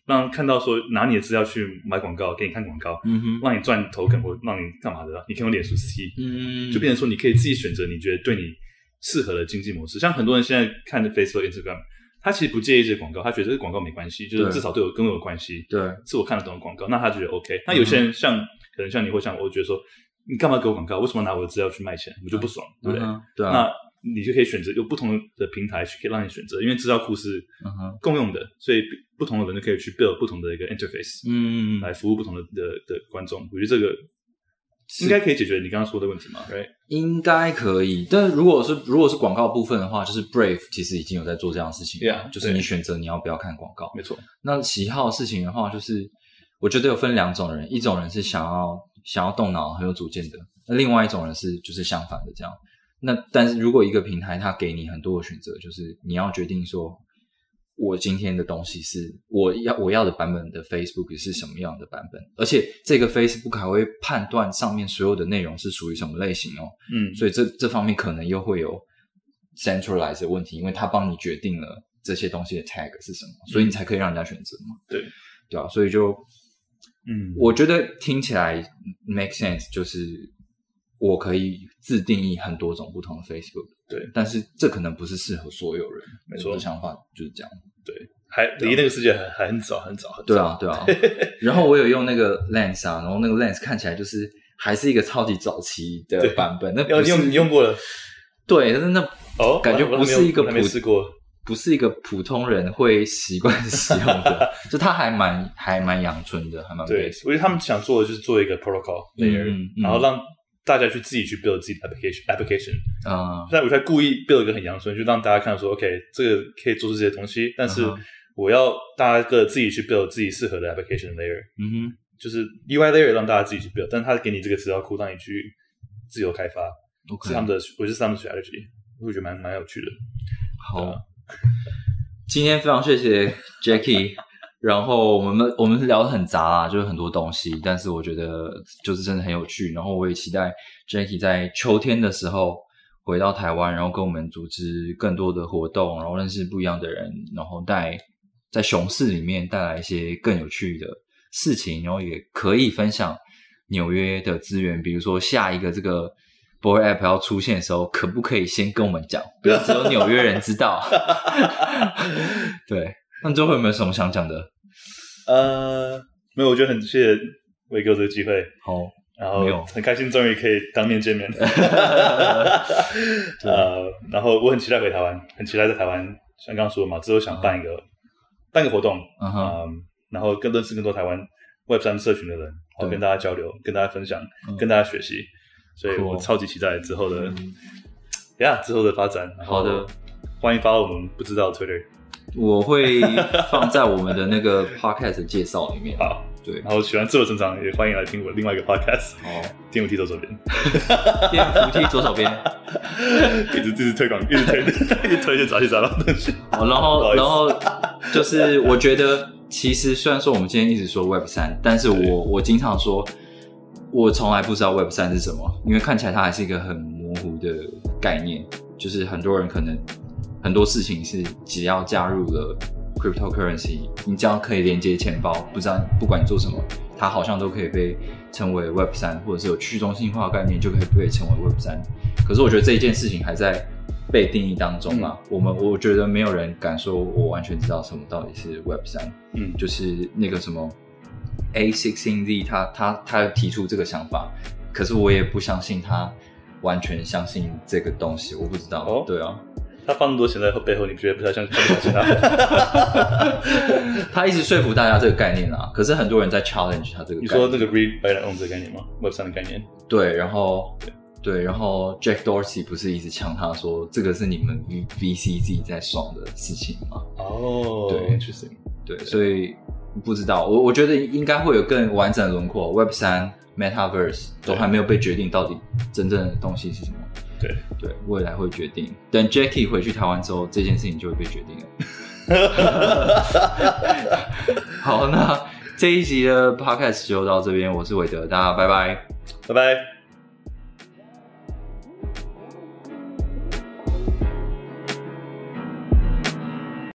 让看到说拿你的资料去买广告，给你看广告，让你赚token或让你干嘛的，你可以用脸书 C，就变成说你可以自己选择你觉得对你适合的经济模式。像很多人现在看的 Facebook、Instagram， 他其实不介意这个广告，他觉得这个广告没关系，就是至少跟我有关系，对，是我看得懂的广告，那他觉得 OK。那有些人可能像你或像我，觉得说你干嘛给我广告？为什么拿我的资料去卖钱？我就不爽，对不对？对啊。那你就可以选择有不同的平台可以让你选择，因为资料库是共用的，所以不同的人就可以去 build 不同的一个 interface，来服务不同的观众。我觉得这个应该可以解决你刚刚说的问题嘛 ，right？ 应该可以，但如果是广告部分的话，就是 Brave 其实已经有在做这样的事情，就是你选择你要不要看广告， 没错。那喜好的事情的话，就是我觉得有分两种人，一种人是想要动脑很有主见的，那另外一种人是就是相反的这样。那但是如果一个平台它给你很多的选择，就是你要决定说我今天的东西是我要的版本的 Facebook 是什么样的版本，而且这个 Facebook 还会判断上面所有的内容是属于什么类型哦。所以这方面可能又会有 centralized 的问题，因为它帮你决定了这些东西的 tag 是什么，所以你才可以让人家选择嘛。对啊，所以就我觉得听起来 make sense， 就是我可以自定义很多种不同的 Facebook， 对，但是这可能不是适合所有人。没错，我的想法就是这样。 对，还离那个世界还很早很早很早。 对啊。然后我有用那个 Lens 啊，然后那个 Lens 看起来就是还是一个超级早期的版本。那不是你用过了？ 对，但是那感觉不是一个我还没试过， 不是一个普通人会习惯使用的，就它还蛮阳春的，还蛮 basic。 我觉得他们想做的就是做一个 protocol layer，然后让大家去自己去 build 自己的 application， 但我才故意 build 一个很阳春，就让大家看到说 OK， 这个可以做出这些东西，但是我要大家自己去 build 自己适合的 application layer，就是 UI layer 让大家自己去 build， 但他给你这个资料库让你去自由开发，是他们的，我觉得是他们的 strategy， 我觉得蛮有趣的。 好，今天非常谢谢 Jackie。然后我们聊得很杂啦，就是很多东西，但是我觉得就是真的很有趣。然后我也期待 Jackie 在秋天的时候回到台湾，然后跟我们组织更多的活动，然后认识不一样的人，然后在熊市里面带来一些更有趣的事情，然后也可以分享纽约的资源，比如说下一个这个 Boy App 要出现的时候，可不可以先跟我们讲，不要只有纽约人知道。对，那最后有没有什么想讲的？ 没有，我觉得很谢谢伟哥这个机会。好，然后很开心终于可以当面见面。然后我很期待回台湾，很期待在台湾，像刚刚说的嘛，之后想办一个活动，然后认识更多台湾 Web3 社群的人，然后跟大家交流，跟大家分享，跟大家学习。所以我超级期待之后的之后的发展。好的，欢迎发到我们不知道的 Twitter。 我会放在我们的那个 podcast 介绍里面。 好，对，然后喜欢自我成长也欢迎来听我另外一个 podcast。好，电扶梯左手边， 电扶梯左手边， 一直推广，一直推些杂七杂八的东西。 然后就是我觉得其实虽然说我们今天一直说 Web3， 但是我经常说，我从来不知道 Web3 是什么，因为看起来它还是一个很模糊的概念，就是很多人可能。很多事情是只要加入了 cryptocurrency， 你只要可以连接钱包，不管你做什么，它好像都可以被称为 Web3， 或者是有去中心化概念就可以被称为 Web3。可是我觉得这一件事情还在被定义当中啦。我觉得没有人敢说我完全知道什么到底是 Web3。就是那个什么 A16Z 他提出这个想法，可是我也不相信他完全相信这个东西，我不知道。对啊。 他放那么多钱在背后，你觉得不太相信他？ 他一直说服大家这个概念啊，可是很多人在 challenge 他这个概念。 你说那个 read by and own 这个概念吗 ？Web3 的概念？ 对，然后 Jack Dorsey 不是一直呛他说这个是你们 VC 自己在爽的事情吗？对 ，interesting。 对，所以不知道，我觉得应该会有更完整的轮廓。Web3、Metaverse 都还没有被决定到底真正的东西是什么。对，未来会决定。等 Jackie 回去台湾之后，这件事情就会被决定了。好，那这一集的 podcast 就到这边，我是韦德，大家拜拜， 拜拜。